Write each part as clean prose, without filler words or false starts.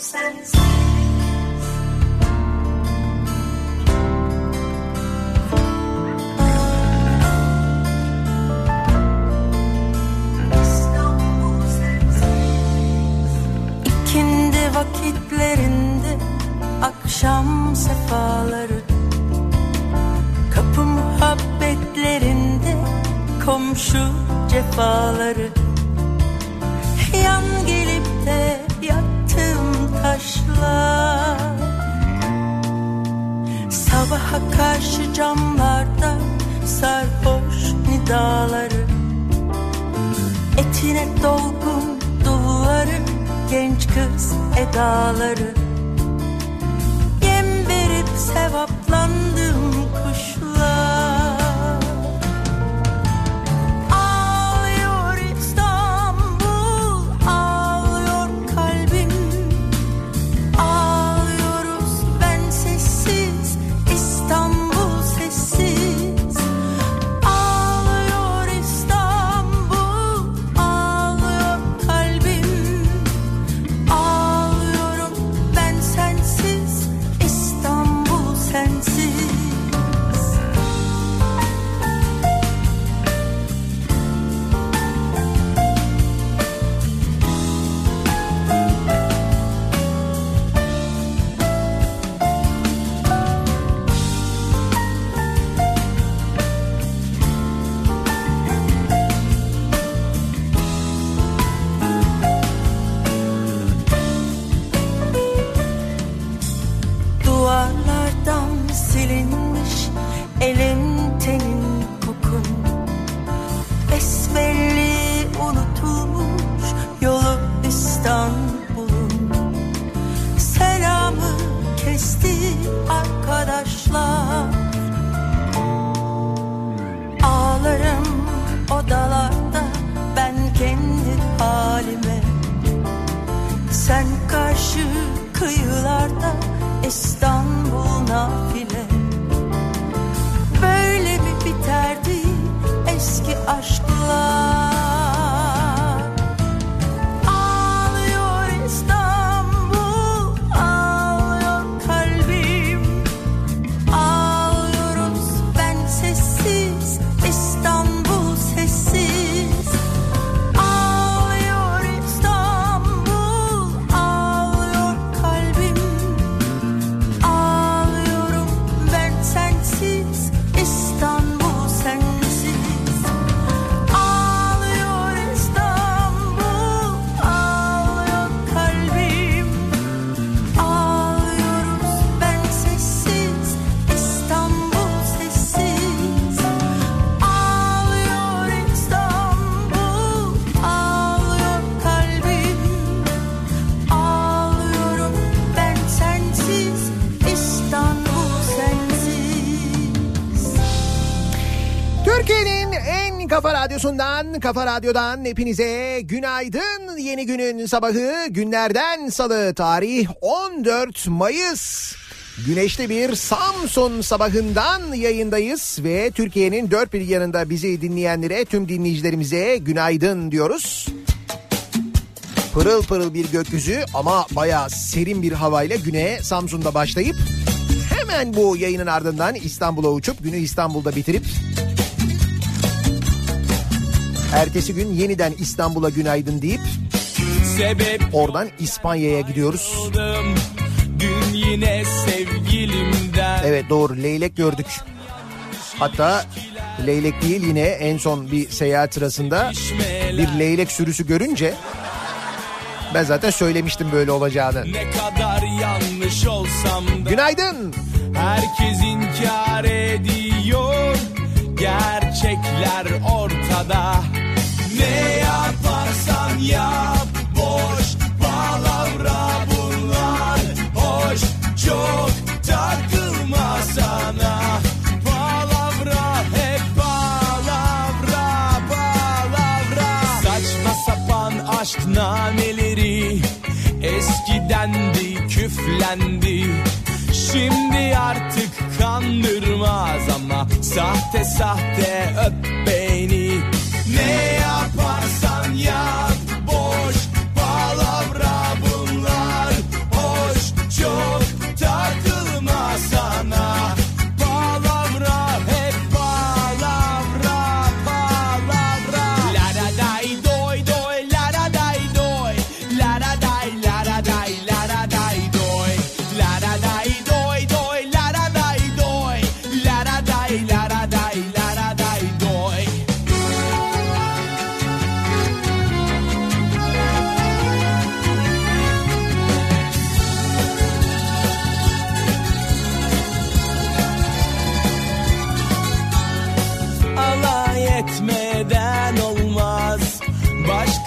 sensiz. İkindi vakitlerinde akşam sefaları, kapı muhabbetlerinde komşu cefaları, yan gelip de yattığım taşlar, sabaha karşı camlarda sarhoş nidaları, etine dolgun duvarı, genç kız edaları, yem verip sevaplandığım kuşlar. Ağlıyor İstanbul, ağlıyor kalbim, ağlıyoruz ben sessiz, İstanbul sessiz. Ağlıyor İstanbul, ağlıyor kalbim, ağlıyorum ben sensiz, İstanbul sensiz. Duvarlardan silinmiş elin tenin kokun, besbelli unutulmuş yolu İstanbul'un. Selamı kesti arkadaşlar, ağlarım odalarda ben kendi halime. Sen karşı kıyılarda İstanbul nafile. Böyle bir biterdi eski aşklar. Ağlıyor İstanbul, ağlıyor kalbim, ağlıyoruz ben sessiz, İstanbul sessiz. Ağlıyor İstanbul, ağlıyor kalbim, ağlıyorum ben sensiz, İstanbul sensiz. Ağlıyor İstanbul, ağlıyor kalbim, ağlıyoruz ben sessiz, İstanbul sessiz. Ağlıyor İstanbul, ağlıyor kalbim, ağlıyorum ben sensiz, İstanbul sensiz. Türkiye'nin en kafa radyosundan, Kafa Radyo'dan hepinize günaydın. Yeni günün sabahı, günlerden salı, tarih 14 Mayıs. Güneşli bir Samsun sabahından yayındayız ve Türkiye'nin dört bir yanında bizi dinleyenlere, tüm dinleyicilerimize günaydın diyoruz. Pırıl pırıl bir gökyüzü ama bayağı serin bir havayla güne Samsun'da başlayıp hemen bu yayının ardından İstanbul'a uçup günü İstanbul'da bitirip ertesi gün yeniden İstanbul'a günaydın deyip oradan İspanya'ya gidiyoruz. Dün yine sevgilimden. Evet doğru, leylek gördük. Hatta leylek değil, yine en son bir seyahat sırasında bir leylek sürüsü görünce ben zaten söylemiştim böyle olacağını. Ne kadar yanlış olsam da Günaydın. herkes inkar ediyor. Gerçekler ortada. Ne yaparsan yap boş palavra bunlar. Hoş çok takılma sana. Palavra hep palavra palavra. Saçma sapan aşk nameleri eskidendi, küflendi. Şimdi artık kandırmaz ama sahte sahte öp beni. Ne yaparsan yap boş palavra bunlar.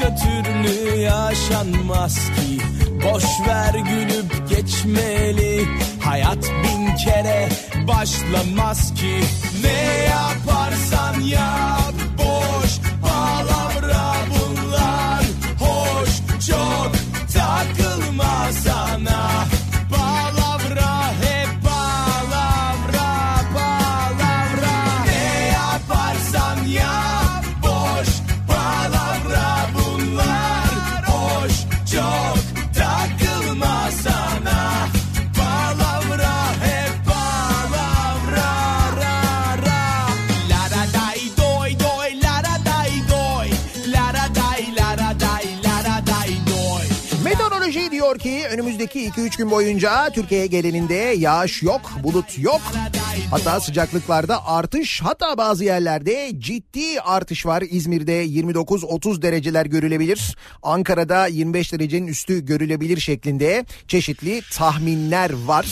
başka türlü yaşanmaz ki. Boş ver gülüp geçmeli, hayat bin kere başlamaz ki. Ne yaparsan yap boş palavra bunlar, hoş çok takılma sana. Palavra hep palavra palavra. Ne yaparsan yap boş palavra bunlar, hoş çok takılma sana. Palavra hep palavra ra ra. La da day doy doy la da day doy. La da day la da day la da day doy. Meteoroloji diyor ki önümüzdeki 2-3 gün boyunca Türkiye genelinde yağış yok, bulut yok. Hatta sıcaklıklarda artış, hatta bazı yerlerde ciddi artış var. İzmir'de 29-30 dereceler görülebilir. Ankara'da 25 derecenin üstü görülebilir şeklinde çeşitli tahminler var.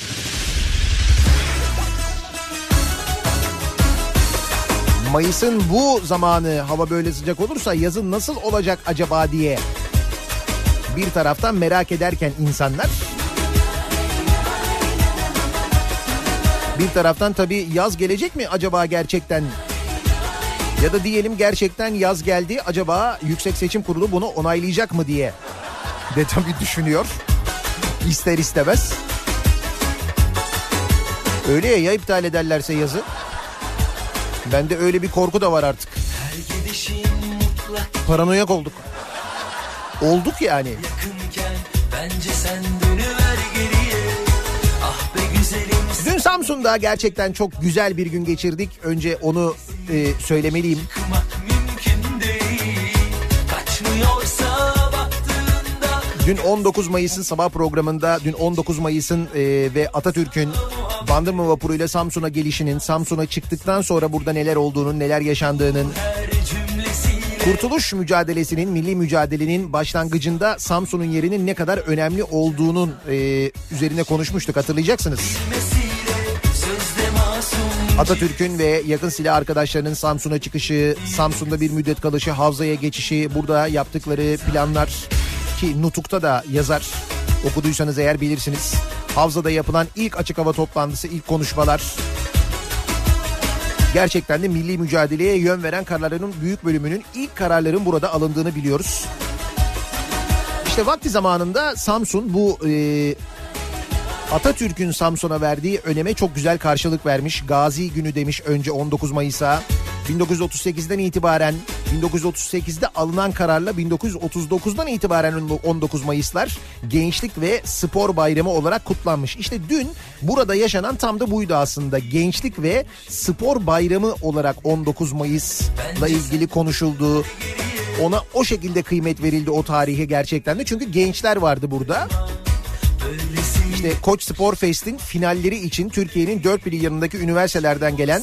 Mayıs'ın bu zamanı hava böyle sıcak olursa yazın nasıl olacak acaba diye bir taraftan merak ederken insanlar, bir taraftan tabii yaz gelecek mi acaba gerçekten? Ya da diyelim gerçekten yaz geldi, acaba Yüksek Seçim Kurulu bunu onaylayacak mı diye de tabii düşünüyor. İster istemez. Öyle ya iptal ederlerse yazı. Bende öyle bir korku da var artık. Paranoyak olduk. Olduk yani. Dün Samsun'da gerçekten çok güzel bir gün geçirdik. Önce onu söylemeliyim. Dün 19 Mayıs'ın sabah programında, dün 19 Mayıs'ın ve Atatürk'ün Bandırma vapuruyla Samsun'a gelişinin, Samsun'a çıktıktan sonra burada neler olduğunun, neler yaşandığının, Kurtuluş mücadelesinin, milli mücadelenin başlangıcında Samsun'un yerinin ne kadar önemli olduğunun üzerine konuşmuştuk, hatırlayacaksınız. Atatürk'ün ve yakın silah arkadaşlarının Samsun'a çıkışı, Samsun'da bir müddet kalışı, Havza'ya geçişi, burada yaptıkları planlar ki Nutuk'ta da yazar, okuduysanız eğer bilirsiniz. Havza'da yapılan ilk açık hava toplantısı, ilk konuşmalar. Gerçekten de milli mücadeleye yön veren kararların büyük bölümünün, ilk kararların burada alındığını biliyoruz. İşte vakti zamanında Samsun bu Atatürk'ün Samsun'a verdiği öneme çok güzel karşılık vermiş. Gazi Günü demiş önce 19 Mayıs'a. 1938'den itibaren, 1938'de alınan kararla 1939'dan itibaren 19 Mayıslar Gençlik ve Spor Bayramı olarak kutlanmış. İşte dün burada yaşanan tam da buydu aslında. Gençlik ve Spor Bayramı olarak 19 Mayıs'la ilgili konuşuldu. Ona o şekilde kıymet verildi o tarihe gerçekten de. Çünkü gençler vardı burada. İşte Koç Spor Fest'in finalleri için Türkiye'nin dört bir yanındaki üniversitelerden gelen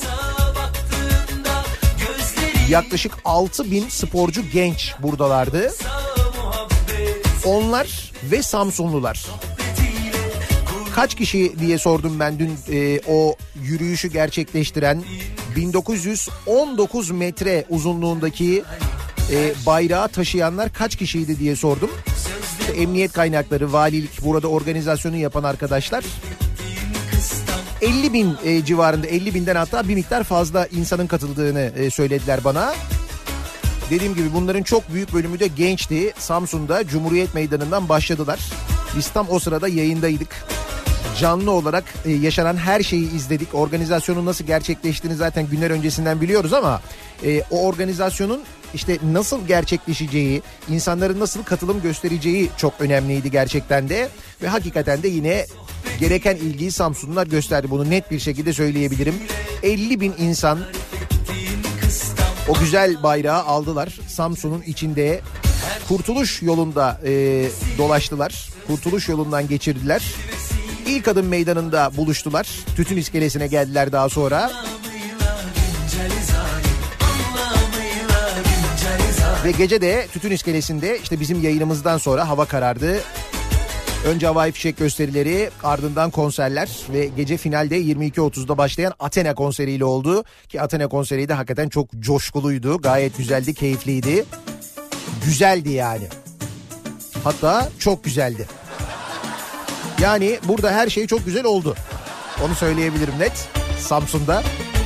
yaklaşık 6.000 sporcu genç buradalardı. Onlar ve Samsunlular. Kaç kişi diye sordum ben dün o yürüyüşü gerçekleştiren, 1919 metre uzunluğundaki bayrağı taşıyanlar kaç kişiydi diye sordum. İşte emniyet kaynakları, valilik, burada organizasyonu yapan arkadaşlar 50.000 civarında, 50.000'den hatta bir miktar fazla insanın katıldığını söylediler bana. Dediğim gibi bunların çok büyük bölümü de gençti. Samsun'da Cumhuriyet Meydanı'ndan başladılar. Biz tam o sırada yayındaydık. Canlı olarak yaşanan her şeyi izledik. Organizasyonun nasıl gerçekleştiğini zaten günler öncesinden biliyoruz ama o organizasyonun işte nasıl gerçekleşeceği, insanların nasıl katılım göstereceği çok önemliydi gerçekten de. Ve hakikaten de yine gereken ilgiyi Samsunlular gösterdi. Bunu net bir şekilde söyleyebilirim. 50.000 insan o güzel bayrağı aldılar. Samsun'un içinde Kurtuluş yolunda dolaştılar. Kurtuluş yolundan geçirdiler. İlk adım meydanında buluştular. Tütün iskelesine geldiler daha sonra. Ve gece de Tütün iskelesinde işte bizim yayınımızdan sonra hava karardı. Önce havai fişek gösterileri, ardından konserler ve gece finalde 22.30'da başlayan Athena konseriyle oldu. Ki Athena konseri de hakikaten çok coşkuluydu. Gayet güzeldi, keyifliydi. güzeldi yani. Hatta çok güzeldi. Yani burada her şey çok güzel oldu. Onu söyleyebilirim net. Samsun'da.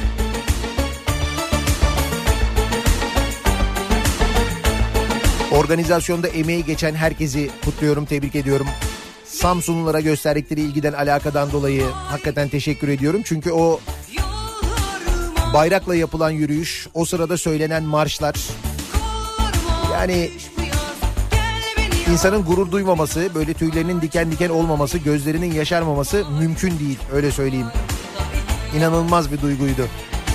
Organizasyonda emeği geçen herkesi kutluyorum, tebrik ediyorum. Samsunlulara gösterdikleri ilgiden, alakadan dolayı hakikaten teşekkür ediyorum. Çünkü o bayrakla yapılan yürüyüş, o sırada söylenen marşlar, yani insanın gurur duymaması, böyle tüylerinin diken diken olmaması, gözlerinin yaşarmaması mümkün değil, öyle söyleyeyim. İnanılmaz bir duyguydu.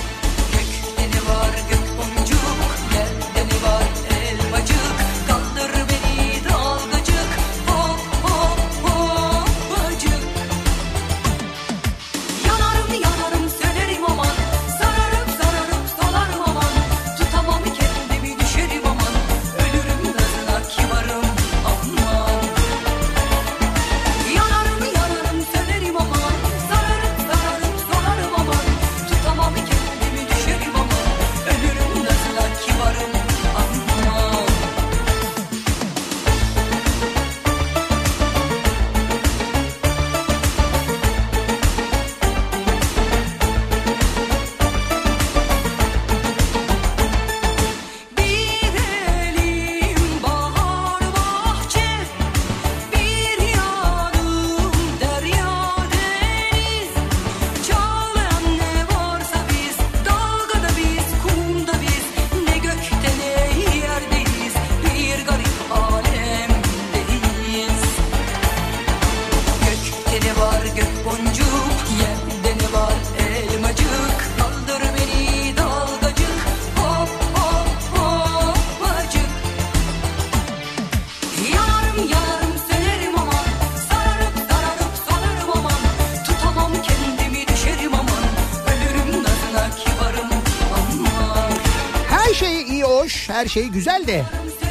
Her şey güzel de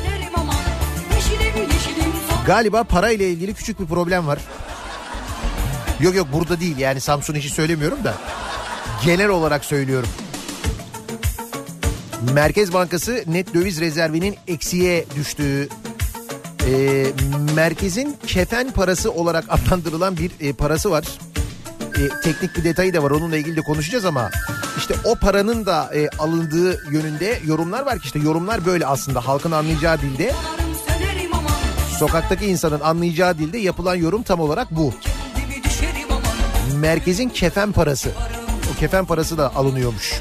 galiba para ile ilgili küçük bir problem var. Yok burada değil, yani Samsun işi söylemiyorum da genel olarak söylüyorum. Merkez Bankası net döviz rezervinin eksiye düştüğü, merkezin kefen parası olarak adlandırılan bir parası var. Teknik bir detayı da var, onunla ilgili de konuşacağız ama işte o paranın da alındığı yönünde yorumlar var ki, işte yorumlar böyle aslında halkın anlayacağı dilde, sokaktaki insanın anlayacağı dilde yapılan yorum tam olarak bu. Merkezin kefen parası, o kefen parası da alınıyormuş.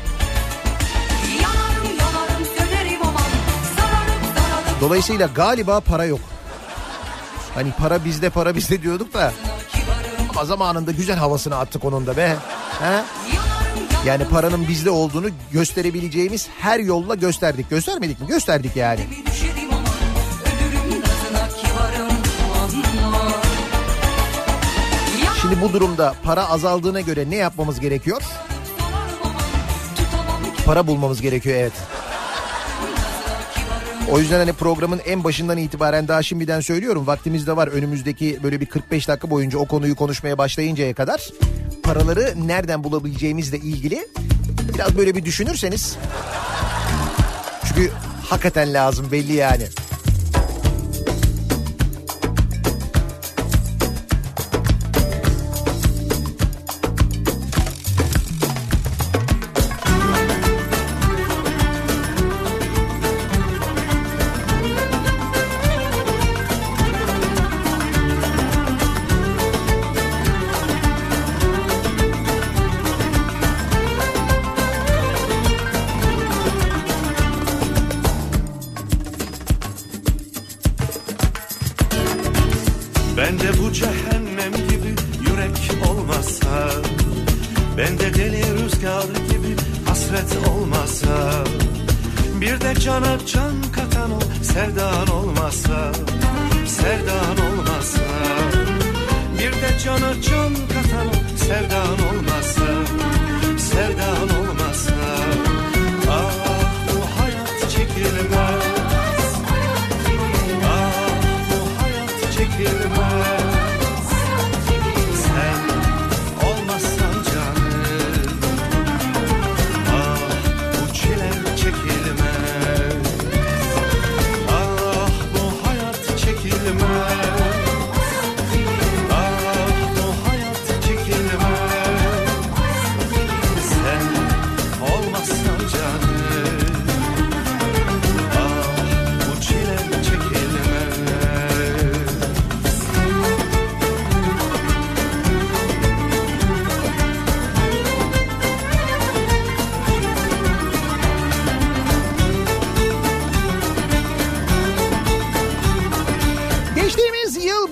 Dolayısıyla galiba para yok. Hani para bizde diyorduk da ama zamanında güzel havasını attık onun da be. He? Yani paranın bizde olduğunu gösterebileceğimiz her yolla gösterdik. Göstermedik mi? Gösterdik yani. Şimdi bu durumda para azaldığına göre ne yapmamız gerekiyor? Para bulmamız gerekiyor, evet. O yüzden hani programın en başından itibaren daha şimdiden söylüyorum, vaktimiz de var, önümüzdeki böyle bir 45 dakika boyunca o konuyu konuşmaya başlayıncaya kadar paraları nereden bulabileceğimizle ilgili biraz böyle bir düşünürseniz, çünkü hakikaten lazım, belli yani. Bende bu cehennem gibi yürek olmasa, bende deli rüzgar gibi hasret olmasa, bir de cana can katan o sevdan olmasa, sevdan olmasa, bir de cana can katan o sevdan olmasa, sevdan olmasa, ah bu hayat çekilmez. Sen olmazsan canım, ah bu çile çekilmez. Ah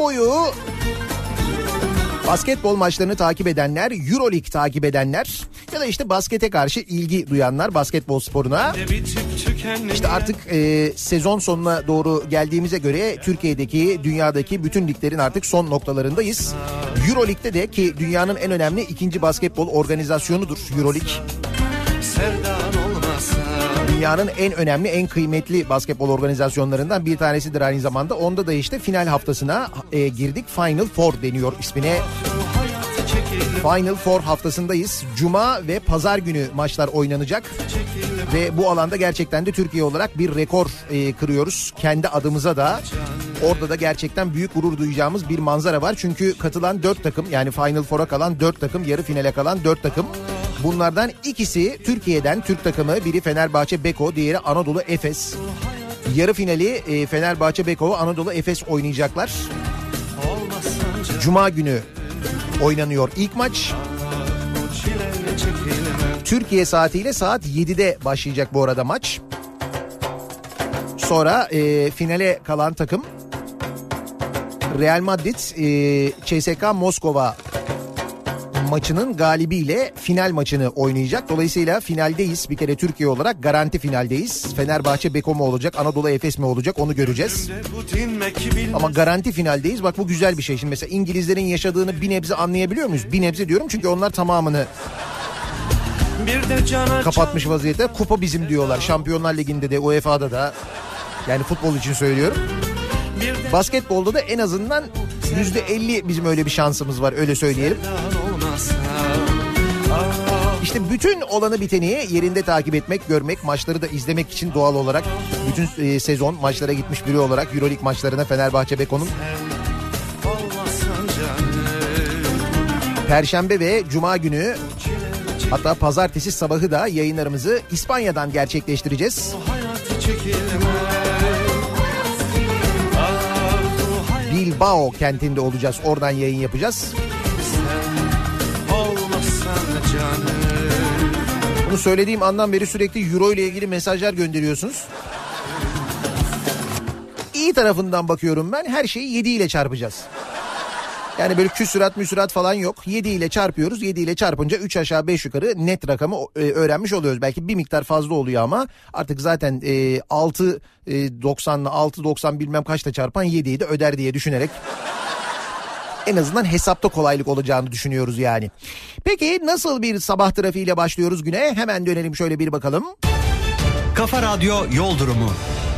boyu basketbol maçlarını takip edenler, Euroleague takip edenler ya da işte baskete karşı ilgi duyanlar, basketbol sporuna, işte artık sezon sonuna doğru geldiğimize göre Türkiye'deki, dünyadaki bütün liglerin artık son noktalarındayız. Euroleague'de de, ki dünyanın en önemli ikinci basketbol organizasyonudur Euroleague. Dünyanın en önemli, en kıymetli basketbol organizasyonlarından bir tanesidir aynı zamanda. Onda da işte final haftasına girdik. Final Four deniyor ismine. Final Four haftasındayız. Cuma ve pazar günü maçlar oynanacak. Ve bu alanda gerçekten de Türkiye olarak bir rekor kırıyoruz. Kendi adımıza da. Orada da gerçekten büyük gurur duyacağımız bir manzara var. Çünkü katılan 4 takım, yani Final Four'a kalan 4 takım, yarı finale kalan 4 takım. Bunlardan ikisi Türkiye'den, Türk takımı. Biri Fenerbahçe Beko, diğeri Anadolu Efes. Yarı finali Fenerbahçe Beko, Anadolu Efes oynayacaklar. Cuma günü oynanıyor ilk maç. Türkiye saatiyle saat 7'de başlayacak bu arada maç. Sonra finale kalan takım Real Madrid CSKA Moskova maçının galibiyle final maçını oynayacak. Dolayısıyla finaldeyiz. Bir kere Türkiye olarak garanti finaldeyiz. Fenerbahçe Beko mu olacak, Anadolu Efes mi olacak, onu göreceğiz. Ama garanti finaldeyiz. Bak bu güzel bir şey. Şimdi mesela İngilizlerin yaşadığını bir nebze anlayabiliyor muyuz? Bir nebze diyorum çünkü onlar tamamını kapatmış vaziyette. Kupa bizim diyorlar. Şampiyonlar Ligi'nde de, UEFA'da da. Yani futbol için söylüyorum. Basketbolda da en azından %50 bizim öyle bir şansımız var, öyle söyleyelim. İşte bütün olanı biteni yerinde takip etmek, görmek, maçları da izlemek için doğal olarak bütün sezon maçlara gitmiş biri olarak Euroleague maçlarına Fenerbahçe Beko'nun Perşembe ve Cuma günü, hatta pazartesi sabahı da yayınlarımızı İspanya'dan gerçekleştireceğiz. Bilbao kentinde olacağız. Oradan yayın yapacağız. Bunu söylediğim andan beri sürekli Euro ile ilgili mesajlar gönderiyorsunuz. İyi tarafından bakıyorum ben. Her şeyi 7 ile çarpacağız. Yani böyle küsurat falan yok. 7 ile çarpıyoruz. 7 ile çarpınca 3 aşağı 5 yukarı net rakamı öğrenmiş oluyoruz. Belki bir miktar fazla oluyor ama artık zaten 6.90'la 6.90 bilmem kaçta çarpan 7'yi de öder diye düşünerek en azından hesapta kolaylık olacağını düşünüyoruz yani. Peki nasıl bir sabah trafiğiyle başlıyoruz güne? Hemen dönelim şöyle bir bakalım. Kafa Radyo Yol Durumu.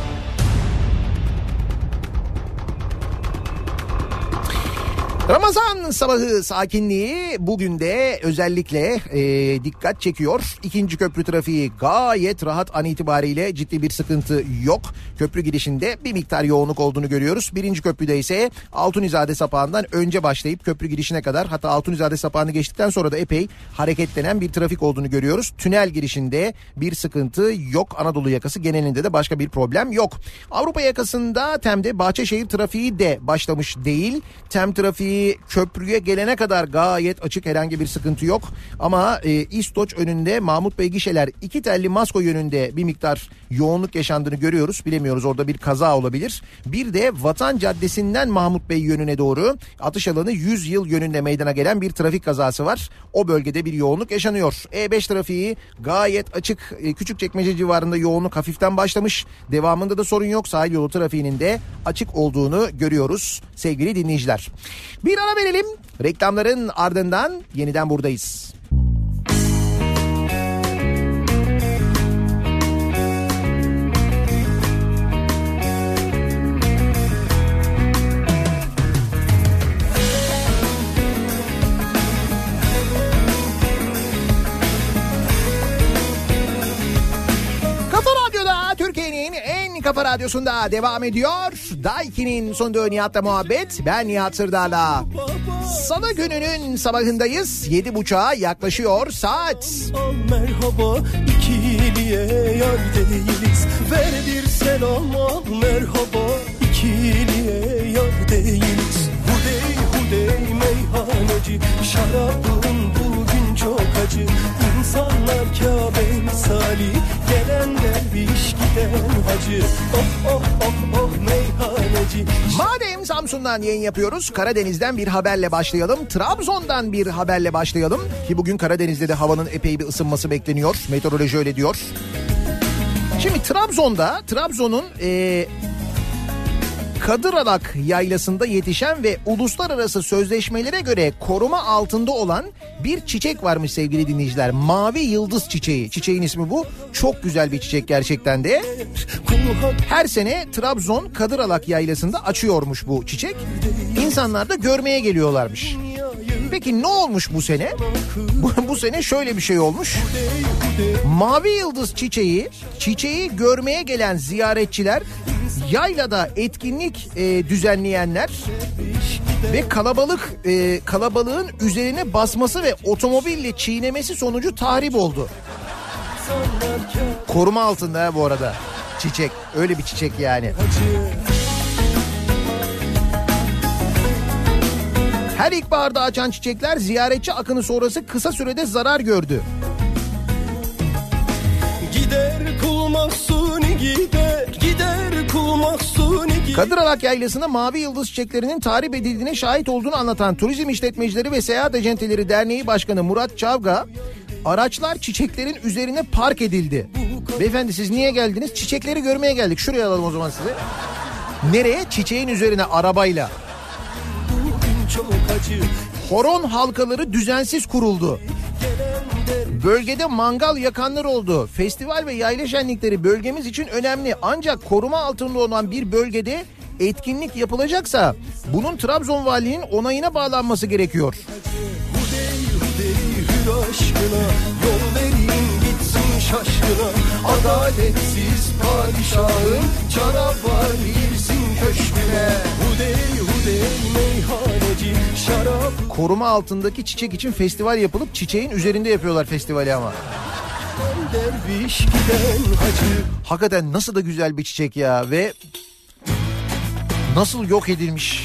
Ramazan sabahı sakinliği bugün de özellikle dikkat çekiyor. İkinci köprü trafiği gayet rahat an itibariyle, ciddi bir sıkıntı yok. Köprü girişinde bir miktar yoğunluk olduğunu görüyoruz. Birinci köprüde ise Altunizade sapağından önce başlayıp köprü girişine kadar, hatta Altunizade sapağını geçtikten sonra da epey hareketlenen bir trafik olduğunu görüyoruz. Tünel girişinde bir sıkıntı yok. Anadolu yakası genelinde de başka bir problem yok. Avrupa yakasında Tem'de Bahçeşehir trafiği de başlamış değil. Tem trafiği köprüye gelene kadar gayet açık, herhangi bir sıkıntı yok. Ama İstoç önünde Mahmut Bey gişeler iki telli Masko yönünde bir miktar yoğunluk yaşandığını görüyoruz. Bilemiyoruz, orada bir kaza olabilir. Bir de Vatan Caddesi'nden Mahmut Bey yönüne doğru atış alanı 100 yıl yönünde meydana gelen bir trafik kazası var. O bölgede bir yoğunluk yaşanıyor. E5 trafiği gayet açık. Küçükçekmece civarında yoğunluk hafiften başlamış. Devamında da sorun yok. Sahil yolu trafiğinin de açık olduğunu görüyoruz sevgili dinleyiciler. Bir ara verelim. Reklamların ardından yeniden buradayız. Kafa Radyosu'nda devam ediyor. Daiki'nin sunduğu Nihat'la muhabbet. Ben Nihat Sırdar'la. Salı gününün sabahındayız. 7.30'a yaklaşıyor saat. Merhaba, ikiliye yar değiliz. Ver bir selam al, merhaba, ikiliye yar değiliz. Hudey hudey meyhaneci, şarabın bugün çok acı. İnsanlar Kabe misali, gelen derviş giden hacı. Oh oh oh oh meyhaneci. Madem Samsun'dan yayın yapıyoruz. Karadeniz'den bir haberle başlayalım. Trabzon'dan bir haberle başlayalım. Ki bugün Karadeniz'de de havanın epey bir ısınması bekleniyor. Meteoroloji öyle diyor. Şimdi Trabzon'un Kadıralak Yaylası'nda yetişen ve uluslararası sözleşmelere göre koruma altında olan bir çiçek varmış sevgili dinleyiciler. Mavi yıldız çiçeği. Çiçeğin ismi bu. Çok güzel bir çiçek gerçekten de. Her sene Trabzon Kadıralak Yaylası'nda açıyormuş bu çiçek. İnsanlar da görmeye geliyorlarmış. Peki ne olmuş bu sene? Bu sene şöyle bir şey olmuş. Mavi yıldız çiçeği görmeye gelen ziyaretçiler, yaylada etkinlik düzenleyenler ve kalabalığın üzerine basması ve otomobille çiğnemesi sonucu tahrip oldu. Koruma altında bu arada çiçek. Öyle bir çiçek yani. Her ilkbaharda açan çiçekler ziyaretçi akını sonrası kısa sürede zarar gördü. Kadıralak Yaylası'nda mavi yıldız çiçeklerinin tahrip edildiğine şahit olduğunu anlatan Turizm İşletmecileri ve Seyahat Acenteleri Derneği Başkanı Murat Çavga, araçlar çiçeklerin üzerine park edildi. Beyefendi siz niye geldiniz? Çiçekleri görmeye geldik. Şuraya alalım o zaman sizi. Nereye? Çiçeğin üzerine arabayla. Horon halkaları düzensiz kuruldu. Bölgede mangal yakanlar oldu. Festival ve yayla şenlikleri bölgemiz için önemli. Ancak koruma altında olan bir bölgede etkinlik yapılacaksa bunun Trabzon Valiliğinin onayına bağlanması gerekiyor. Yol verin gitsin şaşkına, adaletsiz padişahın canavar girsin köşküne. Hudey meyhaneci şarap. Koruma altındaki çiçek için festival yapılıp çiçeğin üzerinde yapıyorlar festivali ama. Hakikaten nasıl da güzel bir çiçek ya ve nasıl yok edilmiş.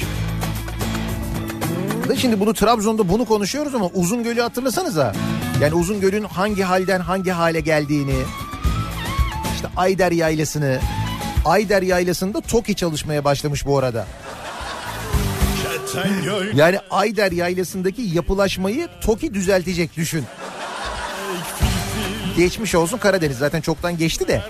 Şimdi bunu Trabzon'da bunu konuşuyoruz ama Uzungöl'ü hatırlasanıza. Yani Uzungöl'ün hangi halden hangi hale geldiğini, işte Ayder Yaylası'nda TOKİ çalışmaya başlamış bu arada. Yani Ayder Yaylası'ndaki yapılaşmayı TOKİ düzeltecek, düşün. Geçmiş olsun Karadeniz, zaten çoktan geçti de.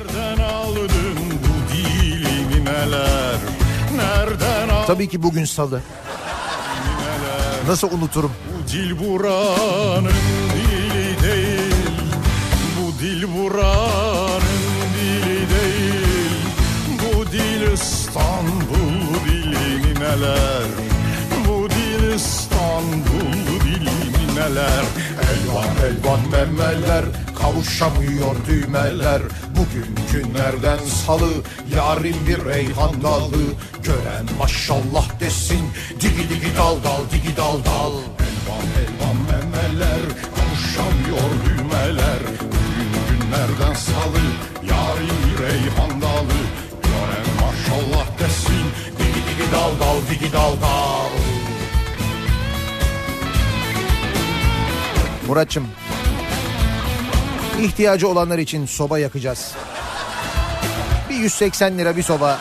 Tabii ki bugün salı. Nasıl unuturum? Bu dil buranın dili değil, bu dil buranın dili değil, bu dil İstanbul dili neler, bu dil İstanbul dili neler. Elvan memeler, kavuşamıyor düğmeler. Bugün günlerden salı, yarın bir reyhan dalı. Gören maşallah desin, digi digi dal dal, digi dal dal. Elvan memeler, kavuşamıyor düğmeler. Bugün günlerden salı, yarın bir reyhan dalı. Gören maşallah desin, digi digi dal dal, digi dal dal. Muratçım, ihtiyacı olanlar için soba yakacağız. Bir 180 lira bir soba.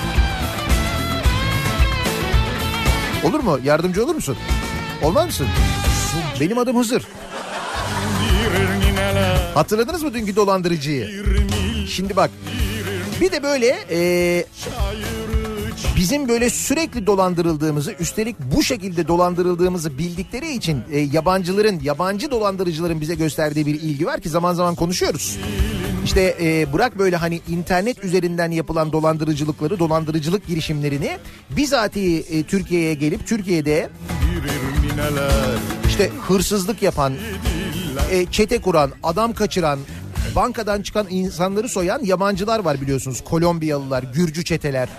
Olur mu? Yardımcı olur musun? Olmaz mısın? Benim adım Hızır. Hatırladınız mı dünkü dolandırıcıyı? Şimdi bak, bir de böyle bizim böyle sürekli dolandırıldığımızı, üstelik bu şekilde dolandırıldığımızı bildikleri için yabancı dolandırıcıların bize gösterdiği bir ilgi var ki zaman zaman konuşuyoruz. İşte bırak böyle hani internet üzerinden yapılan dolandırıcılık girişimlerini bizatihi Türkiye'ye gelip Türkiye'de işte hırsızlık yapan, çete kuran, adam kaçıran, bankadan çıkan insanları soyan yabancılar var biliyorsunuz. Kolombiyalılar, Gürcü çeteler.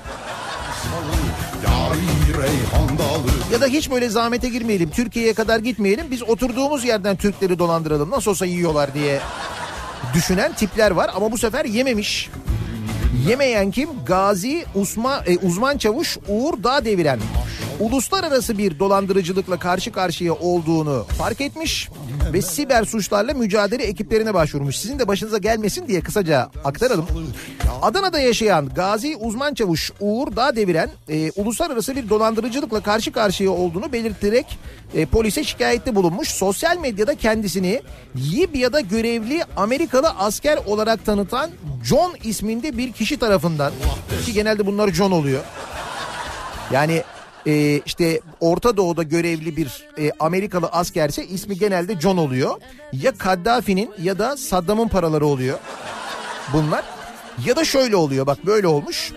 Ya da hiç böyle zahmete girmeyelim, Türkiye'ye kadar gitmeyelim, biz oturduğumuz yerden Türkleri dolandıralım, nasıl olsa yiyorlar diye düşünen tipler var ama bu sefer yememiş. Yemeyen kim? Gazi uzman çavuş Uğur Dağdeviren uluslararası bir dolandırıcılıkla karşı karşıya olduğunu fark etmiş ve siber suçlarla mücadele ekiplerine başvurmuş. Sizin de başınıza gelmesin diye kısaca aktaralım. Adana'da yaşayan Gazi Uzman Çavuş Uğur Dağdeviren uluslararası bir dolandırıcılıkla karşı karşıya olduğunu belirterek polise şikayette bulunmuş. Sosyal medyada kendisini Libya'da görevli Amerikalı asker olarak tanıtan John isminde bir kişi tarafından, ki genelde bunlar John oluyor. Yani işte Orta Doğu'da görevli bir Amerikalı askerse ismi genelde John oluyor. Ya Kaddafi'nin ya da Saddam'ın paraları oluyor bunlar. Ya da şöyle oluyor, bak böyle olmuş.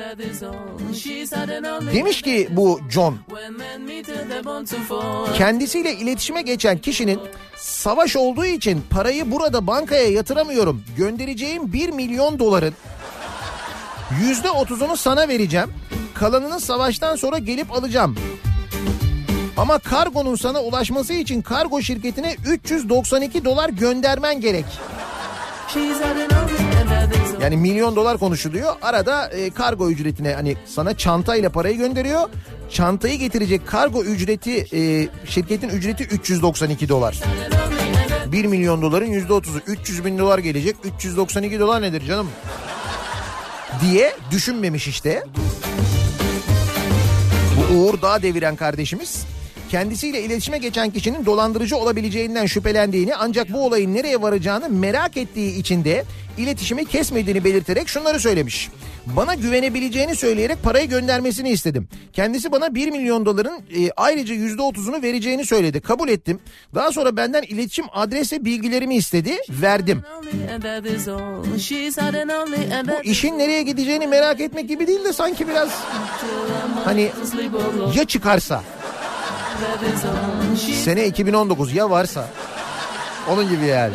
Demiş ki bu John, kendisiyle iletişime geçen kişinin savaş olduğu için parayı burada bankaya yatıramıyorum, göndereceğim 1 milyon doların %30'unu sana vereceğim, kalanını savaştan sonra gelip alacağım. Ama kargonun sana ulaşması için kargo şirketine 392 dolar göndermen gerek. Yani milyon dolar konuşuluyor. Arada kargo ücretine, hani sana çantayla parayı gönderiyor. Çantayı getirecek kargo ücreti, şirketin ücreti 392 dolar. 1 milyon doların %30'u 300 bin dolar gelecek. 392 dolar nedir canım? Diye düşünmemiş işte. Bu Uğur Dağdeviren kardeşimiz. Kendisiyle iletişime geçen kişinin dolandırıcı olabileceğinden şüphelendiğini, ancak bu olayın nereye varacağını merak ettiği için de iletişimi kesmediğini belirterek şunları söylemiş. Bana güvenebileceğini söyleyerek parayı göndermesini istedim. Kendisi bana 1 milyon doların ayrıca %30'unu vereceğini söyledi. Kabul ettim. Daha sonra benden iletişim adres ve bilgilerimi istedi. Verdim. Bu işin nereye gideceğini merak etmek gibi değil de sanki biraz hani ya çıkarsa. Sene 2019 ya varsa. Onun gibi yani.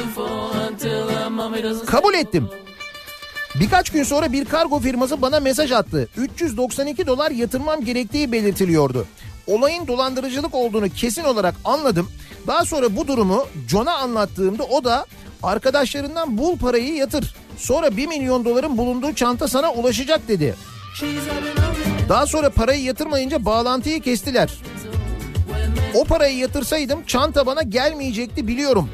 Kabul ettim. Birkaç gün sonra bir kargo firması bana mesaj attı. 392 dolar yatırmam gerektiği belirtiliyordu. Olayın dolandırıcılık olduğunu kesin olarak anladım. Daha sonra bu durumu John'a anlattığımda o da arkadaşlarından bul parayı yatır. Sonra 1 milyon doların bulunduğu çanta sana ulaşacak dedi. Daha sonra parayı yatırmayınca bağlantıyı kestiler. O parayı yatırsaydım çanta bana gelmeyecekti biliyorum.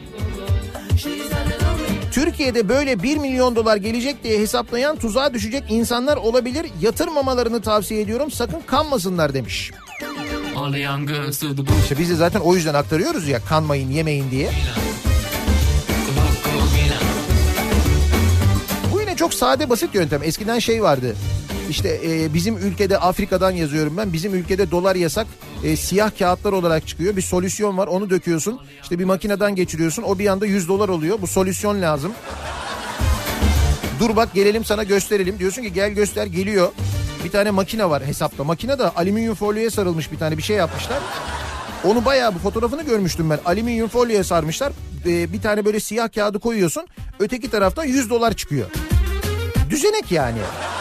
Türkiye'de böyle 1 milyon dolar gelecek diye hesaplayan tuzağa düşecek insanlar olabilir. Yatırmamalarını tavsiye ediyorum. Sakın kanmasınlar demiş. İşte biz de zaten o yüzden aktarıyoruz ya, kanmayın yemeyin diye. Bu yine çok sade basit yöntem. Eskiden şey vardı. İşte bizim ülkede, Afrika'dan yazıyorum ben. Bizim ülkede dolar yasak. Siyah kağıtlar olarak çıkıyor. Bir solüsyon var, onu döküyorsun. İşte bir makineden geçiriyorsun. O bir anda 100 dolar oluyor. Bu solüsyon lazım. Dur bak gelelim sana gösterelim. Diyorsun ki gel göster, geliyor. Bir tane makine var hesapta. Makine de alüminyum folyoya sarılmış, bir tane bir şey yapmışlar. Onu bayağı, bu fotoğrafını görmüştüm ben. Alüminyum folyoya sarmışlar. Bir tane böyle siyah kağıdı koyuyorsun. Öteki taraftan 100 dolar çıkıyor. Düzenek yani.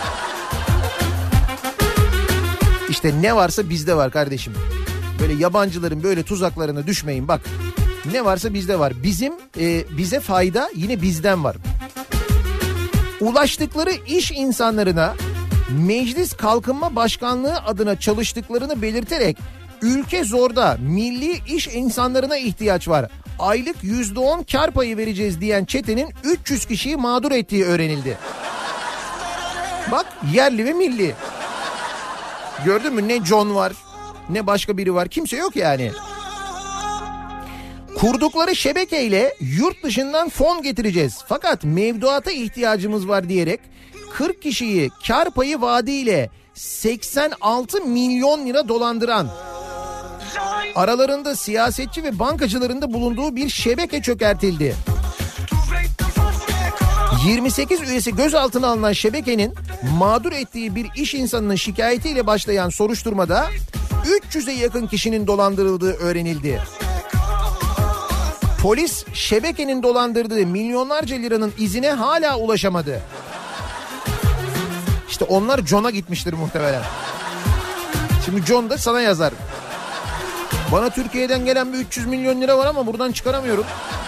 İşte ne varsa bizde var kardeşim. Böyle yabancıların böyle tuzaklarına düşmeyin bak. Ne varsa bizde var. Bize fayda yine bizden var. Ulaştıkları iş insanlarına Meclis Kalkınma Başkanlığı adına çalıştıklarını belirterek ülke zorda, milli iş insanlarına ihtiyaç var, aylık %10 kar payı vereceğiz diyen çetenin 300 kişiyi mağdur ettiği öğrenildi. Bak, yerli ve milli. Gördün mü, ne John var ne başka biri var, kimse yok yani. Kurdukları şebekeyle yurt dışından fon getireceğiz fakat mevduata ihtiyacımız var diyerek 40 kişiyi kar payı vaadiyle 86 milyon lira dolandıran, aralarında siyasetçi ve bankacıların da bulunduğu bir şebeke çökertildi. 28 üyesi gözaltına alınan şebekenin mağdur ettiği bir iş insanının şikayetiyle başlayan soruşturmada 300'e yakın kişinin dolandırıldığı öğrenildi. Polis şebekenin dolandırdığı milyonlarca liranın izine hala ulaşamadı. İşte onlar John'a gitmiştir muhtemelen. Şimdi John da sana yazar. Bana Türkiye'den gelen bir 300 milyon lira var ama buradan çıkaramıyorum.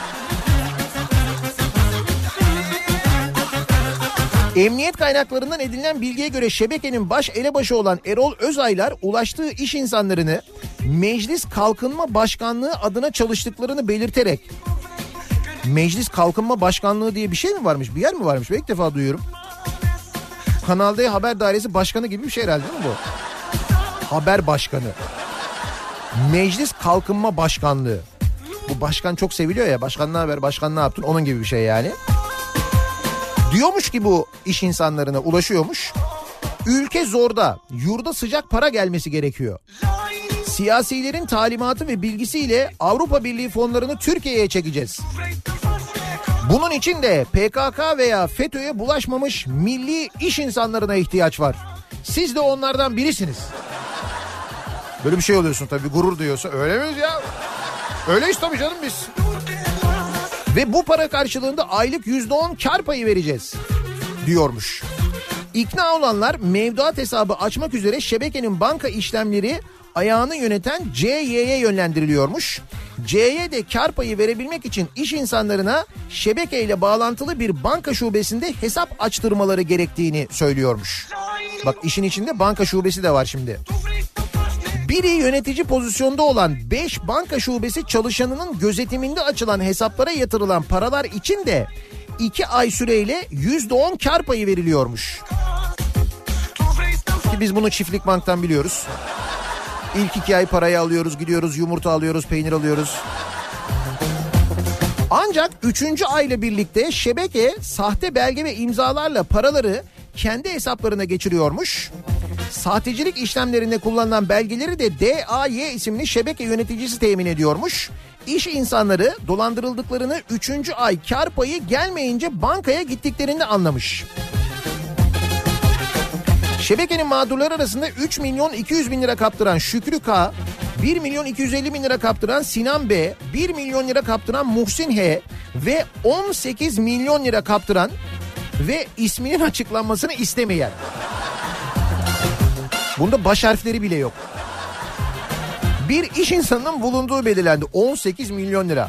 Emniyet kaynaklarından edinilen bilgiye göre şebekenin baş elebaşı olan Erol Özaylar ulaştığı iş insanlarını Meclis Kalkınma Başkanlığı adına çalıştıklarını belirterek. Meclis Kalkınma Başkanlığı diye bir şey mi varmış? Bir yer mi varmış? Ben ilk defa duyuyorum. Kanal D Haber Dairesi Başkanı gibi bir şey herhalde, değil mi bu? Haber Başkanı. Meclis Kalkınma Başkanlığı. Bu başkan çok seviliyor ya. Başkan ne haber? Başkan ne yaptın? Onun gibi bir şey yani. Diyormuş ki bu iş insanlarına ulaşıyormuş. Ülke zorda. Yurda sıcak para gelmesi gerekiyor. Siyasilerin talimatı ve bilgisiyle Avrupa Birliği fonlarını Türkiye'ye çekeceğiz. Bunun için de PKK veya FETÖ'ye bulaşmamış milli iş insanlarına ihtiyaç var. Siz de onlardan birisiniz. Böyle bir şey oluyorsun tabii, gurur duyuyorsun. Öyle miyiz ya? Öyleyiz tabii canım biz. Ve bu para karşılığında aylık %10 kar payı vereceğiz diyormuş. İkna olanlar mevduat hesabı açmak üzere şebekenin banka işlemleri ayağını yöneten CY'ye yönlendiriliyormuş. C'ye de kar payı verebilmek için iş insanlarına şebekeyle bağlantılı bir banka şubesinde hesap açtırmaları gerektiğini söylüyormuş. Bak, işin içinde banka şubesi de var şimdi. Biri yönetici pozisyonda olan 5 banka şubesi çalışanının gözetiminde açılan hesaplara yatırılan paralar için de 2 ay süreyle %10 kar payı veriliyormuş. Ki biz bunu Çiftlik Bank'tan biliyoruz. İlk 2 ay parayı alıyoruz, gidiyoruz, yumurta alıyoruz, peynir alıyoruz. Ancak 3. ayla birlikte şebeke sahte belge ve imzalarla paraları kendi hesaplarına geçiriyormuş. Sahtecilik işlemlerinde kullanılan belgeleri de DAY isimli şebeke yöneticisi temin ediyormuş. İş insanları dolandırıldıklarını 3. ay kar payı gelmeyince bankaya gittiklerini anlamış. Şebekenin mağdurları arasında 3 milyon 200 bin lira kaptıran Şükrü K, 1 milyon 250 bin lira kaptıran Sinan B, 1 milyon lira kaptıran Muhsin H ve 18 milyon lira kaptıran ve isminin açıklanmasını istemeyen. Bunda baş harfleri bile yok. Bir iş insanının bulunduğu belirlendi. 18 milyon lira.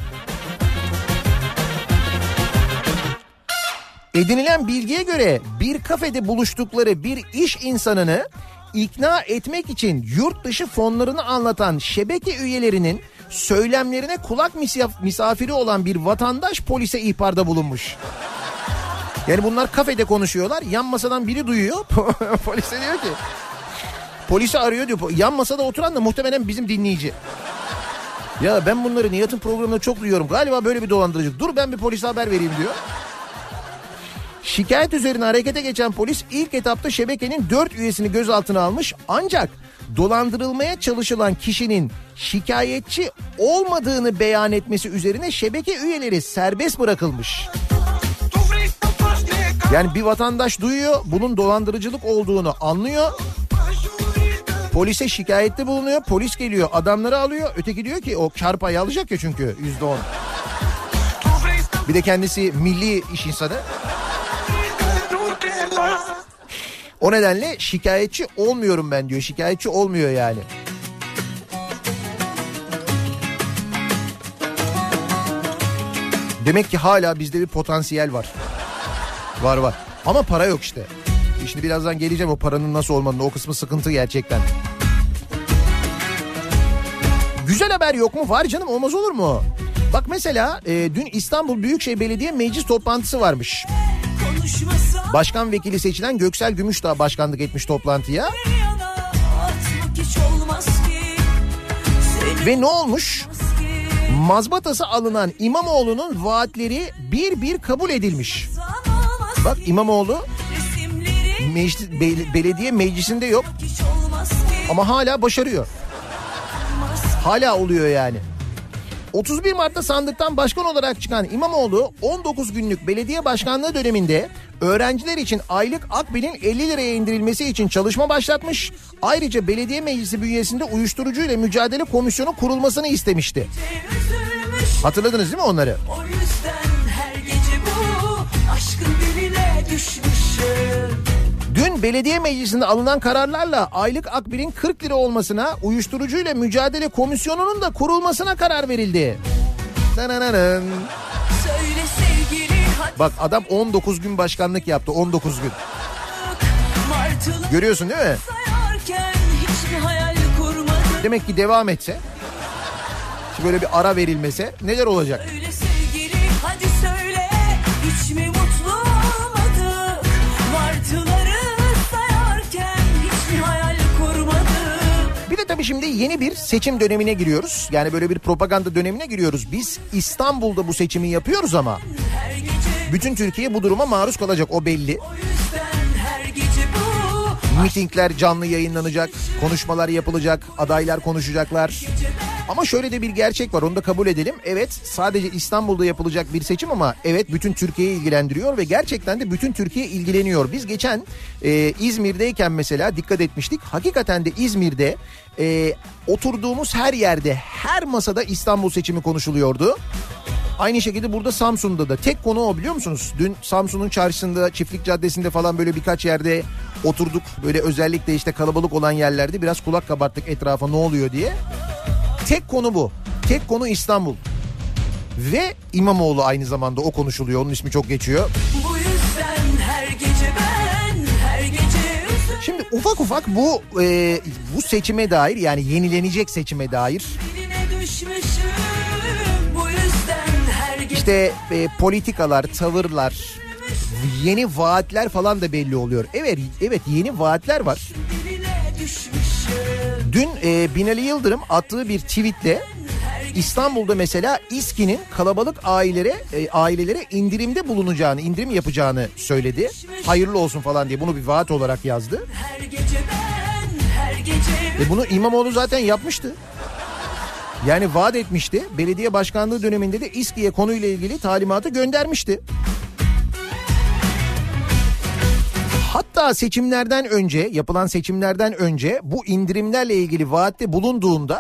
Edinilen bilgiye göre bir kafede buluştukları bir iş insanını ikna etmek için yurt dışı fonlarını anlatan şebeke üyelerinin söylemlerine kulak misafiri olan bir vatandaş polise ihbarda bulunmuş. Yani bunlar kafede konuşuyorlar. Yan masadan biri duyuyor. Polise diyor ki... Polisi arıyor diyor. Yan masada oturan da muhtemelen bizim dinleyici. Ya ben bunları Nihat'ın programında çok duyuyorum. Galiba böyle bir dolandırıcı. Dur ben bir polise haber vereyim diyor. Şikayet üzerine harekete geçen polis ilk etapta şebekenin 4 üyesini gözaltına almış. Ancak dolandırılmaya çalışılan kişinin şikayetçi olmadığını beyan etmesi üzerine şebeke üyeleri serbest bırakılmış. Yani bir vatandaş duyuyor, bunun dolandırıcılık olduğunu anlıyor. Polise şikayette bulunuyor. Polis geliyor, adamları alıyor. Öteki diyor ki o kar payı alacak ya çünkü %10. Bir de kendisi milli iş insanı. O nedenle şikayetçi olmuyorum ben diyor. Şikayetçi olmuyor yani. Demek ki hala bizde bir potansiyel var. Var. Ama para yok işte. Şimdi birazdan geleceğim o paranın nasıl olmadığını. O kısmı sıkıntı gerçekten. Güzel haber yok mu? Var canım, olmaz olur mu? Bak mesela dün İstanbul Büyükşehir Belediye Meclis toplantısı varmış. Başkan vekili seçilen Göksel Gümüşdağ başkanlık etmiş toplantıya. Ve ne olmuş? Mazbatası alınan İmamoğlu'nun vaatleri bir kabul edilmiş. Bak İmamoğlu belediye meclisinde yok ama hala başarıyor. Hala oluyor yani. 31 Mart'ta sandıktan başkan olarak çıkan İmamoğlu 19 günlük belediye başkanlığı döneminde öğrenciler için aylık akbilin 50 liraya indirilmesi için çalışma başlatmış. Ayrıca belediye meclisi bünyesinde uyuşturucuyla mücadele komisyonu kurulmasını istemişti. Hatırladınız değil mi onları? O yüzden her gece bu aşkın diline düşmüşüm. Dün belediye meclisinde alınan kararlarla aylık akbilin 40 lira olmasına, uyuşturucuyla mücadele komisyonunun da kurulmasına karar verildi. Bak adam 19 gün başkanlık yaptı, 19 gün. Görüyorsun değil mi? Demek ki devam etse, böyle bir ara verilmese neler olacak? Öyle sevgili hadi söyle, hiç mi mutlu olmadık? Martıları sayarken hiç mi hayal kurmadık? Bir de tabii şimdi yeni bir seçim dönemine giriyoruz. Yani böyle bir propaganda dönemine giriyoruz. Biz İstanbul'da bu seçimi yapıyoruz ama bütün Türkiye bu duruma maruz kalacak, o belli. O yüzden her gece bu Mitingler canlı yayınlanacak, konuşmalar yapılacak, adaylar konuşacaklar. Ama şöyle de bir gerçek var, onu da kabul edelim. Evet, sadece İstanbul'da yapılacak bir seçim ama evet bütün Türkiye'yi ilgilendiriyor ve gerçekten de bütün Türkiye ilgileniyor. Biz geçen İzmir'deyken mesela dikkat etmiştik. Hakikaten de İzmir'de oturduğumuz her yerde, her masada İstanbul seçimi konuşuluyordu. Aynı şekilde burada Samsun'da da tek konu o, biliyor musunuz? Dün Samsun'un çarşısında, Çiftlik Caddesi'nde falan böyle birkaç yerde oturduk. Böyle özellikle işte kalabalık olan yerlerde biraz kulak kabarttık etrafa ne oluyor diye. Tek konu bu. Tek konu İstanbul. Ve İmamoğlu aynı zamanda, o konuşuluyor. Onun ismi çok geçiyor. bu yüzden her gece ben her gece üzüldüm. Şimdi ufak ufak bu seçime dair, yani yenilenecek seçime dair Diline düşmüşüm, bu yüzden her gece işte politikalar, tavırlar, yeni vaatler falan da belli oluyor. Evet yeni vaatler var. diline düşmüşüm. Dün Binali Yıldırım attığı bir tweetle İstanbul'da mesela İSKİ'nin kalabalık ailelere indirim yapacağını söyledi. Hayırlı olsun falan diye bunu bir vaat olarak yazdı. Her gece ben her gece Bunu İmamoğlu zaten yapmıştı. Yani vaat etmişti. Belediye başkanlığı döneminde de İSKİ'ye konuyla ilgili talimatı göndermişti. Hatta yapılan seçimlerden önce bu indirimlerle ilgili vaatte bulunduğunda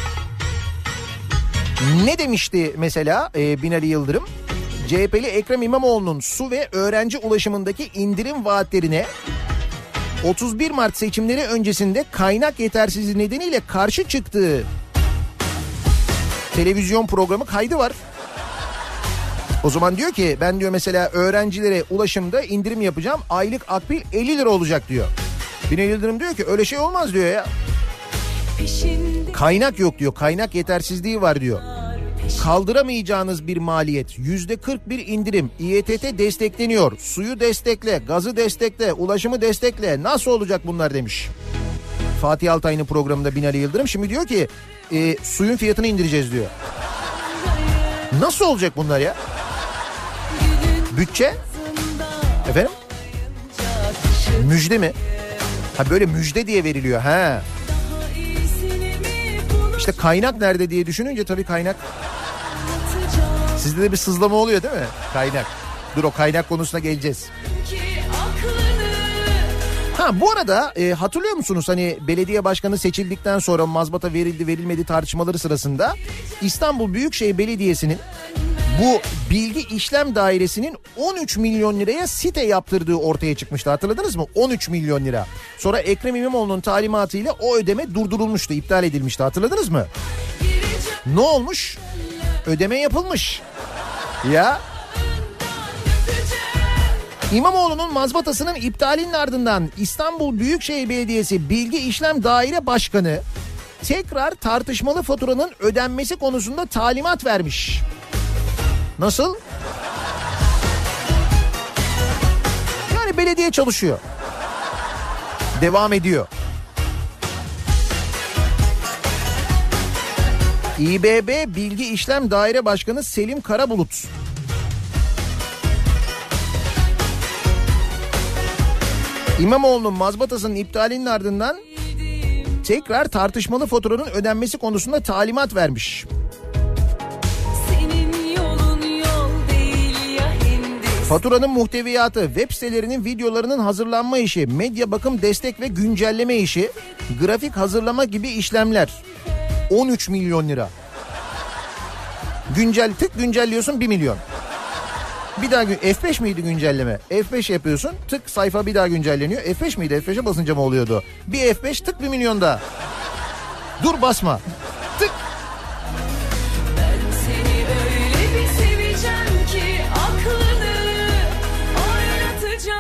ne demişti mesela Binali Yıldırım? CHP'li Ekrem İmamoğlu'nun su ve öğrenci ulaşımındaki indirim vaatlerine 31 Mart seçimleri öncesinde kaynak yetersizliği nedeniyle karşı çıktığı televizyon programı kaydı var. O zaman diyor ki, ben diyor mesela öğrencilere ulaşımda indirim yapacağım, aylık akbil 50 lira olacak diyor. Binali Yıldırım diyor ki öyle şey olmaz diyor ya. Kaynak yok diyor, kaynak yetersizliği var diyor. Kaldıramayacağınız bir maliyet, %41 indirim, İETT destekleniyor, suyu destekle, gazı destekle, ulaşımı destekle, nasıl olacak bunlar demiş. Fatih Altaylı'nın programında Binali Yıldırım şimdi diyor ki suyun fiyatını indireceğiz diyor. Nasıl olacak bunlar ya? Bütçe? Efendim? Müjde mi? Ha böyle müjde diye veriliyor ha. İşte kaynak nerede diye düşününce tabii kaynak. Sizde de bir sızlama oluyor değil mi? Kaynak. Dur, o kaynak konusuna geleceğiz. Ha bu arada hatırlıyor musunuz hani belediye başkanı seçildikten sonra mazbata verildi verilmedi tartışmaları sırasında İstanbul Büyükşehir Belediyesi'nin bu bilgi işlem dairesinin 13 milyon liraya site yaptırdığı ortaya çıkmıştı, hatırladınız mı? 13 milyon lira. Sonra Ekrem İmamoğlu'nun talimatıyla o ödeme durdurulmuştu, iptal edilmişti, hatırladınız mı? Ne olmuş? Ödeme yapılmış. Ya... İmamoğlu'nun mazbatasının iptalinin ardından İstanbul Büyükşehir Belediyesi Bilgi İşlem Daire Başkanı tekrar tartışmalı faturanın ödenmesi konusunda talimat vermiş. Nasıl? Yani belediye çalışıyor. Devam ediyor. İBB Bilgi İşlem Daire Başkanı Selim Karabulut İmamoğlu'nun mazbatasının iptalinin ardından tekrar tartışmalı faturanın ödenmesi konusunda talimat vermiş. Faturanın muhteviyatı, web sitelerinin videolarının hazırlanma işi, medya bakım destek ve güncelleme işi, grafik hazırlama gibi işlemler. 13 milyon lira. Güncelliyorsun 1 milyon. Bir daha F5 miydi güncelleme? F5 yapıyorsun, tık sayfa bir daha güncelleniyor. F5 miydi? F5'e basınca mı oluyordu? Bir F5 tık 1 milyon daha. Dur basma. Tık. Ben seni öyle bir seveceğim ki aklını oynatacağım.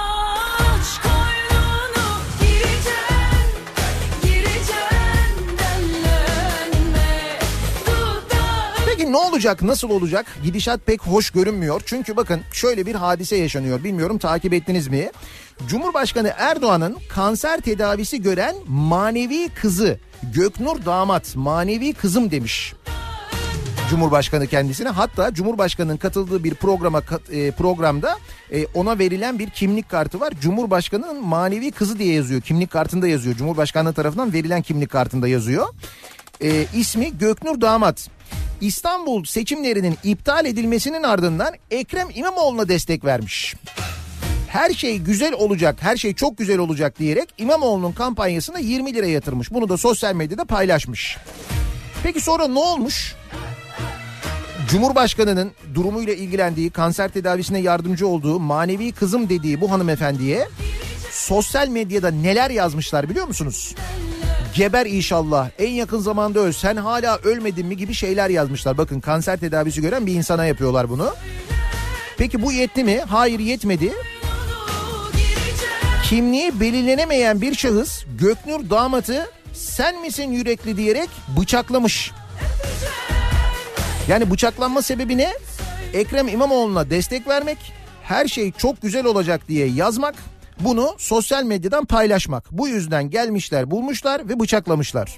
Aşk oyununu gireceksin, gireceksin olacak, nasıl olacak? Gidişat pek hoş görünmüyor. Çünkü bakın şöyle bir hadise yaşanıyor. Bilmiyorum takip ettiniz mi? Cumhurbaşkanı Erdoğan'ın kanser tedavisi gören manevi kızı Göknur Damat, manevi kızım demiş Cumhurbaşkanı kendisine. Hatta Cumhurbaşkanı'nın katıldığı bir programda ona verilen bir kimlik kartı var. Cumhurbaşkanı'nın manevi kızı diye yazıyor. Kimlik kartında yazıyor. Cumhurbaşkanlığı tarafından verilen kimlik kartında yazıyor. İsmi Göknur Damat. İstanbul seçimlerinin iptal edilmesinin ardından Ekrem İmamoğlu'na destek vermiş. Her şey güzel olacak, her şey çok güzel olacak diyerek İmamoğlu'nun kampanyasına 20 lira yatırmış. Bunu da sosyal medyada paylaşmış. Peki sonra ne olmuş? Cumhurbaşkanının durumuyla ilgilendiği, kanser tedavisine yardımcı olduğu, manevi kızım dediği bu hanımefendiye sosyal medyada neler yazmışlar biliyor musunuz? Geber inşallah, en yakın zamanda öl, sen hala ölmedin mi gibi şeyler yazmışlar. Bakın kanser tedavisi gören bir insana yapıyorlar bunu. Peki bu yetti mi? Hayır, yetmedi. Kimliği belirlenemeyen bir şahıs Göknur Damat'ı sen misin yürekli diyerek bıçaklamış. Yani bıçaklanma sebebi ne? Ekrem İmamoğlu'na destek vermek, her şey çok güzel olacak diye yazmak, bunu sosyal medyadan paylaşmak. Bu yüzden gelmişler, bulmuşlar ve bıçaklamışlar.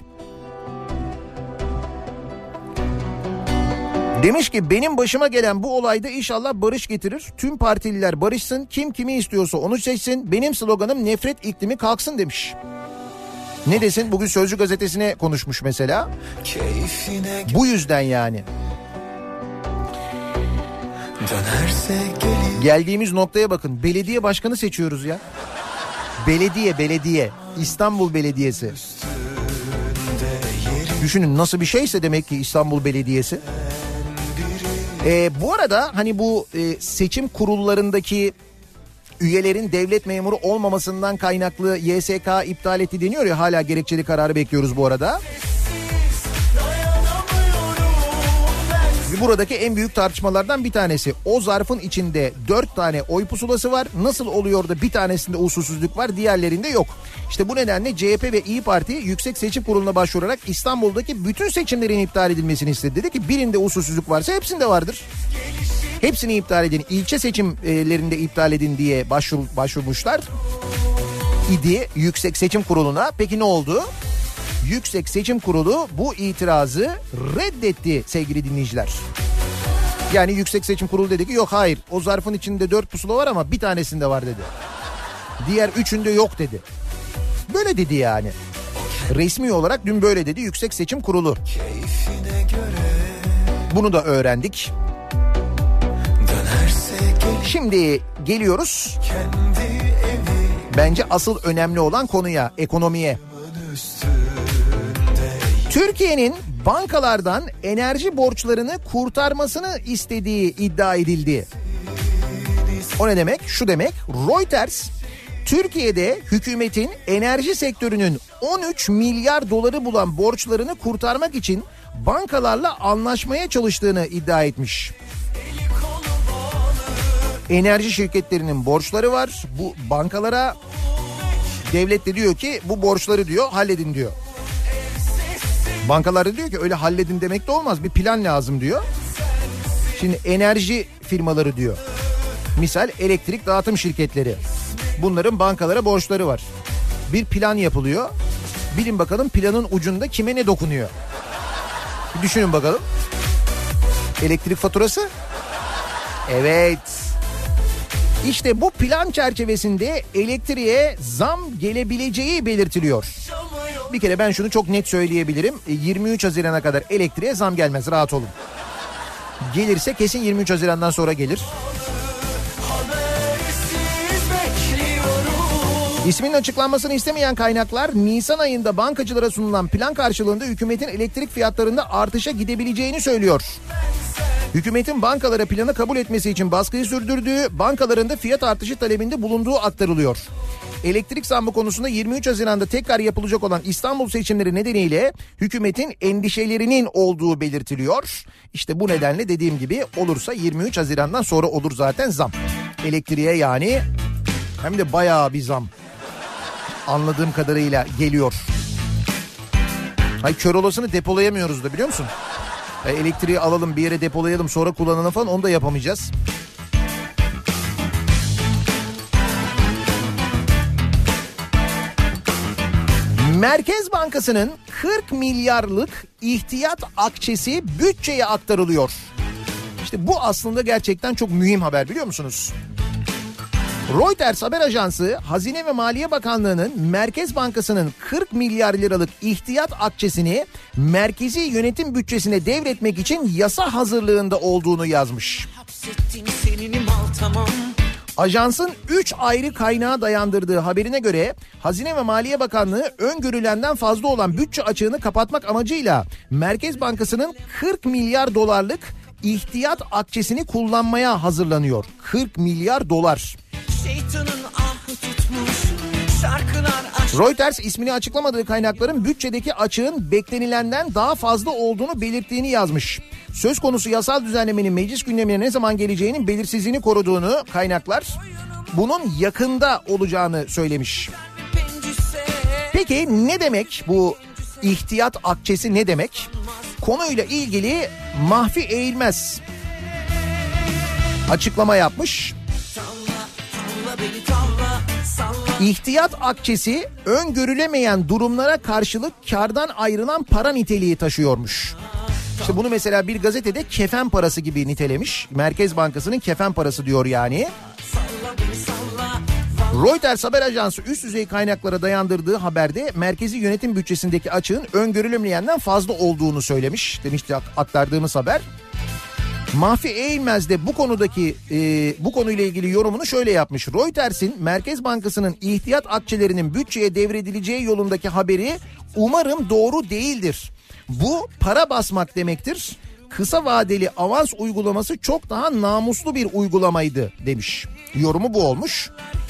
Demiş ki benim başıma gelen bu olayda inşallah barış getirir. Tüm partililer barışsın, kim kimi istiyorsa onu seçsin. Benim sloganım nefret iklimi kalksın demiş. Ne desin? Bugün Sözcü gazetesine konuşmuş mesela. Bu yüzden yani. Geldiğimiz noktaya bakın. Belediye başkanı seçiyoruz ya. Belediye. İstanbul Belediyesi. Düşünün nasıl bir şeyse demek ki İstanbul Belediyesi. Bu arada hani bu seçim kurullarındaki üyelerin devlet memuru olmamasından kaynaklı YSK iptal etti deniyor ya, hala gerekçeli kararı bekliyoruz bu arada. Buradaki en büyük tartışmalardan bir tanesi, o zarfın içinde 4 tane oy pusulası var. Nasıl oluyor da bir tanesinde usulsüzlük var, diğerlerinde yok. İşte bu nedenle CHP ve İYİ Parti Yüksek Seçim Kurulu'na başvurarak İstanbul'daki bütün seçimlerin iptal edilmesini istedi. Dedi ki birinde usulsüzlük varsa hepsinde vardır. Hepsini iptal edin, ilçe seçimlerinde iptal edin diye başvurmuşlar idi Yüksek Seçim Kurulu'na. Peki ne oldu? Yüksek Seçim Kurulu bu itirazı reddetti sevgili dinleyiciler. Yani Yüksek Seçim Kurulu dedi ki yok, hayır, o zarfın içinde 4 pusula var ama bir tanesinde var dedi. Diğer 3'ünde yok dedi. Böyle dedi yani. Resmi olarak dün böyle dedi Yüksek Seçim Kurulu. Bunu da öğrendik. Şimdi geliyoruz bence asıl önemli olan konuya, ekonomiye. Türkiye'nin bankalardan enerji borçlarını kurtarmasını istediği iddia edildi. O ne demek? Şu demek, Reuters Türkiye'de hükümetin enerji sektörünün 13 milyar doları bulan borçlarını kurtarmak için bankalarla anlaşmaya çalıştığını iddia etmiş. Enerji şirketlerinin borçları var. Bu bankalara devlet de diyor ki bu borçları diyor halledin diyor. Bankalar da diyor ki öyle halledin demek de olmaz, bir plan lazım diyor. Şimdi enerji firmaları diyor. Misal elektrik dağıtım şirketleri. Bunların bankalara borçları var. Bir plan yapılıyor. Bilin bakalım planın ucunda kime ne dokunuyor? Bir düşünün bakalım. Elektrik faturası? Evet. İşte bu plan çerçevesinde elektriğe zam gelebileceği belirtiliyor. Bir kere ben şunu çok net söyleyebilirim. 23 Haziran'a kadar elektriğe zam gelmez, rahat olun. Gelirse kesin 23 Haziran'dan sonra gelir. İsminin açıklanmasını istemeyen kaynaklar Nisan ayında bankacılara sunulan plan karşılığında hükümetin elektrik fiyatlarında artışa gidebileceğini söylüyor. Hükümetin bankalara planı kabul etmesi için baskıyı sürdürdüğü, bankaların da fiyat artışı talebinde bulunduğu aktarılıyor. Elektrik zammı konusunda 23 Haziran'da tekrar yapılacak olan İstanbul seçimleri nedeniyle hükümetin endişelerinin olduğu belirtiliyor. İşte bu nedenle dediğim gibi olursa 23 Haziran'dan sonra olur zaten zam. Elektriğe yani, hem de bayağı bir zam. Anladığım kadarıyla geliyor. Hayır, kör olasını depolayamıyoruz da biliyor musun? Elektriği alalım bir yere depolayalım sonra kullanalım falan, onu da yapamayacağız. Merkez Bankası'nın 40 milyarlık ihtiyat akçesi bütçeye aktarılıyor. İşte bu aslında gerçekten çok mühim haber, biliyor musunuz? Reuters haber ajansı Hazine ve Maliye Bakanlığı'nın Merkez Bankası'nın 40 milyar liralık ihtiyat akçesini merkezi yönetim bütçesine devretmek için yasa hazırlığında olduğunu yazmış. Ajansın 3 ayrı kaynağa dayandırdığı haberine göre Hazine ve Maliye Bakanlığı öngörülenden fazla olan bütçe açığını kapatmak amacıyla Merkez Bankası'nın 40 milyar dolarlık ihtiyat akçesini kullanmaya hazırlanıyor. 40 milyar dolar. Reuters ismini açıklamadığı kaynakların bütçedeki açığın beklenilenden daha fazla olduğunu belirttiğini yazmış. Söz konusu yasal düzenlemenin meclis gündemine ne zaman geleceğinin belirsizliğini koruduğunu kaynaklar, bunun yakında olacağını söylemiş. Peki ne demek bu ihtiyat akçesi, ne demek? Konuyla ilgili Mahfi Eğilmez açıklama yapmış. İhtiyat akçesi öngörülemeyen durumlara karşılık kardan ayrılan para niteliği taşıyormuş. İşte bunu mesela bir gazetede kefen parası gibi nitelemiş. Merkez Bankası'nın kefen parası diyor yani. Reuters haber ajansı üst düzey kaynaklara dayandırdığı haberde merkezi yönetim bütçesindeki açığın öngörülemeyenden fazla olduğunu söylemiş. Demişti aktardığımız haber. Mahfi Eğilmez de bu konuyla ilgili yorumunu şöyle yapmış. Reuters'in Merkez Bankası'nın ihtiyat akçelerinin bütçeye devredileceği yolundaki haberi umarım doğru değildir. Bu para basmak demektir. Kısa vadeli avans uygulaması çok daha namuslu bir uygulamaydı demiş. Yorumu bu olmuş.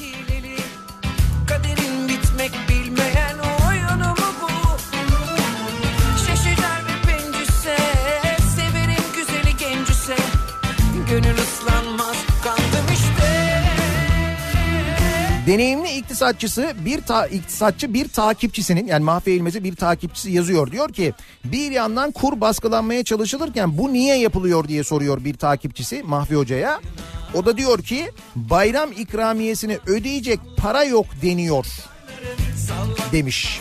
Kaderin bitmek bilmeyen oyunu mu bu? Şaşırır bir pencüse, severim güzeli gencüse. Gönül ıslanmaz, kandım işte. Deneyimli iktisatçı bir takipçisinin, yani Mahfi Eğilmez'e bir takipçisi yazıyor. Diyor ki bir yandan kur baskılanmaya çalışılırken bu niye yapılıyor diye soruyor bir takipçisi Mahfi Hoca'ya. O da diyor ki bayram ikramiyesini ödeyecek para yok deniyor demiş.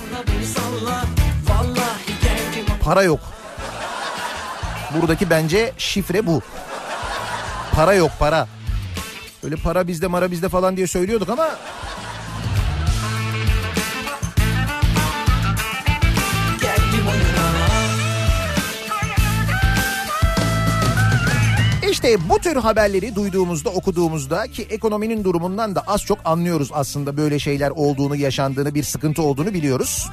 Para yok. Buradaki bence şifre bu. Para yok, para. Öyle para bizde, mara bizde falan diye söylüyorduk ama... İşte bu tür haberleri duyduğumuzda, okuduğumuzda, ki ekonominin durumundan da az çok anlıyoruz aslında, böyle şeyler olduğunu, yaşandığını, bir sıkıntı olduğunu biliyoruz.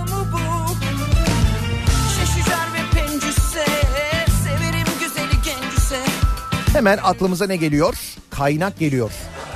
Hemen aklımıza ne geliyor? Kaynak geliyor.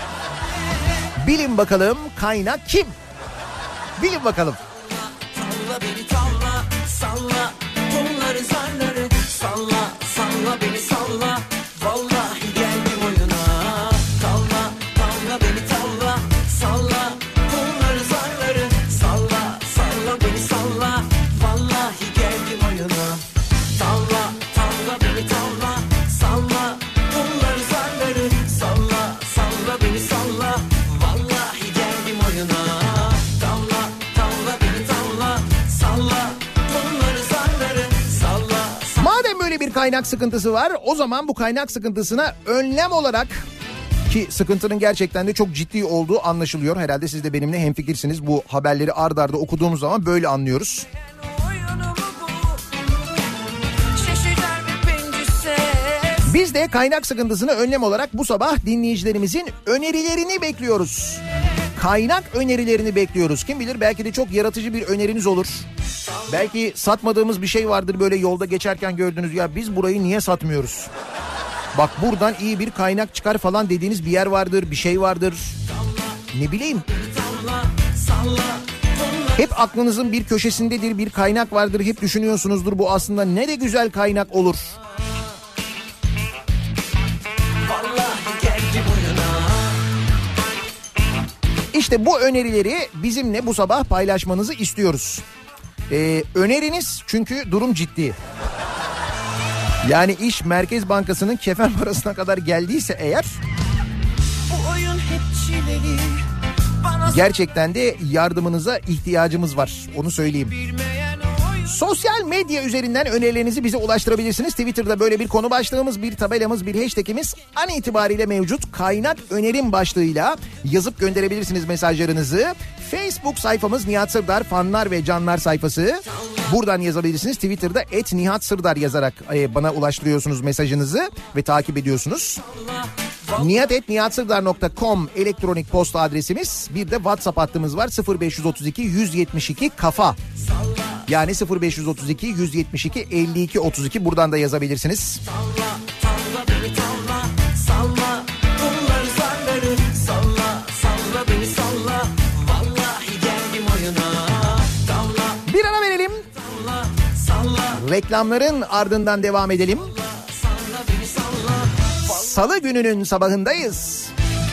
Bilin bakalım kaynak kim? Bilin bakalım. Salla beni tavla, salla bunları zarları, salla salla beni salla, vallahi geldim oyuna. Tavla tavla beni tavla, salla bunları zarları, salla salla beni salla, vallahi geldim oyuna. Tavla tavla beni tavla, salla bunları zarları, salla salla beni salla, vallahi geldim oyuna. Tavla tavla beni tavla, salla bunları zarları, salla. Madem böyle bir kaynak sıkıntısı var, o zaman bu kaynak sıkıntısına önlem olarak, ki sıkıntının gerçekten de çok ciddi olduğu anlaşılıyor. Herhalde siz de benimle hemfikirsiniz. Bu haberleri ard arda okuduğumuz zaman böyle anlıyoruz. Biz de kaynak sıkıntısına önlem olarak bu sabah dinleyicilerimizin önerilerini bekliyoruz. Kaynak önerilerini bekliyoruz. Kim bilir, belki de çok yaratıcı bir öneriniz olur. Belki satmadığımız bir şey vardır, böyle yolda geçerken gördünüz, ya biz burayı niye satmıyoruz? Bak buradan iyi bir kaynak çıkar falan dediğiniz bir yer vardır, bir şey vardır. Ne bileyim. Hep aklınızın bir köşesindedir, bir kaynak vardır, hep düşünüyorsunuzdur, bu aslında ne de güzel kaynak olur. İşte bu önerileri bizimle bu sabah paylaşmanızı istiyoruz. Öneriniz, çünkü durum ciddi. Yani iş Merkez Bankası'nın kefen parasına kadar geldiyse eğer, Bu oyun hep çileli. Bana gerçekten de yardımınıza ihtiyacımız var. Onu söyleyeyim. bilmeyen oyun. Sosyal medya üzerinden önerilerinizi bize ulaştırabilirsiniz. Twitter'da böyle bir konu başlığımız, bir tabelamız, bir hashtagimiz an itibariyle mevcut. Kaynak önerim başlığıyla yazıp gönderebilirsiniz mesajlarınızı. Facebook sayfamız Nihat Sırdar fanlar ve canlar sayfası. Buradan yazabilirsiniz. Twitter'da @NihatSırdar yazarak bana ulaştırıyorsunuz mesajınızı ve takip ediyorsunuz. nihat@nihatsırdar.com elektronik posta adresimiz. Bir de WhatsApp hattımız var. 0532 172 kafa. Yani 0532 172 52 32, buradan da yazabilirsiniz. Salla beni salla, salla bunları zarları, salla, salla beni salla, vallahi geldim oyuna. Salla, Bir ara verelim. salla, salla, Reklamların ardından devam edelim. salla beni salla. Salı gününün sabahındayız.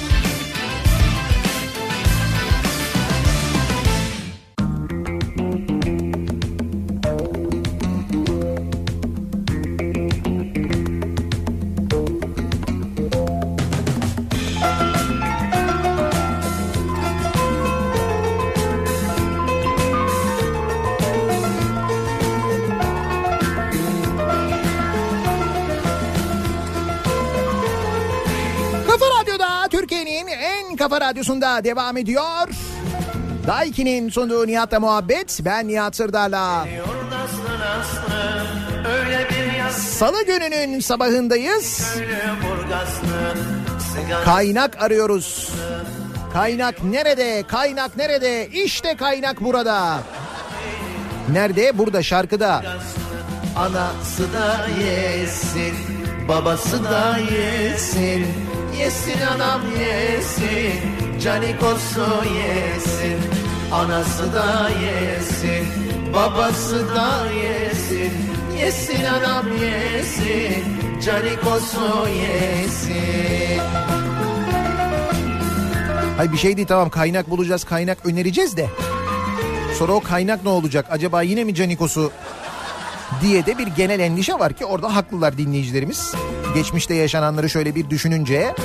Kafa Radyosu'nda devam ediyor. Daiki'nin sunduğu Nihat'la muhabbet. Ben Nihat Sırdar'la. Salı gününün sabahındayız. Kaynak arıyoruz. Kaynak nerede? Kaynak nerede? İşte kaynak burada. Nerede? Burada, şarkıda. Anası da yesin, babası da yesin. Yesin anam yesin, canikosu yesin. Anası da yesin, babası da yesin. Yesin anam yesin, canikosu yesin. Hayır, bir şey değil, tamam, kaynak bulacağız, kaynak önereceğiz de. Sonra o kaynak ne olacak? Acaba yine mi canikosu diye de bir genel endişe var ki orada haklılar dinleyicilerimiz. Geçmişte yaşananları şöyle bir düşününce.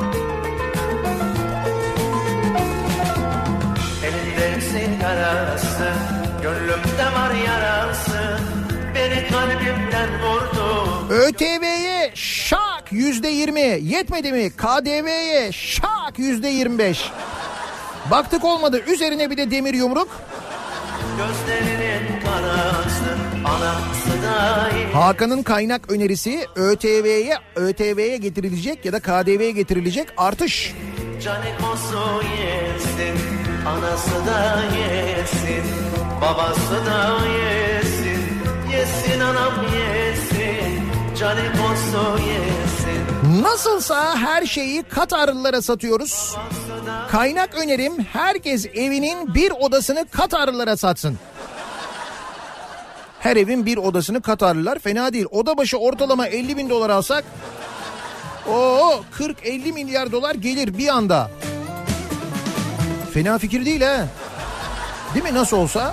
Ellerimsin yarası, gönlümde var yarası. Beni kalbimden vurdu. ÖTV'ye şak %20, yetmedi mi? KDV'ye şak %25. Baktık olmadı, üzerine bir de demir yumruk. Gözlerinin karası, anası da yesin. Hakan'ın kaynak önerisi ÖTV'ye getirilecek ya da KDV'ye getirilecek artış. Canikosu yesin, anası da yesin, babası da yesin. Yesin anam yesin, canikosu yesin. Nasılsa her şeyi Katarlılara satıyoruz. Kaynak önerim, herkes evinin bir odasını Katarlılara satsın. Her evin bir odasını Katarlılar, fena değil. Oda başı ortalama 50 bin dolar alsak, o 40-50 milyar dolar gelir bir anda. Fena fikir değil ha. Değil mi, nasıl olsa?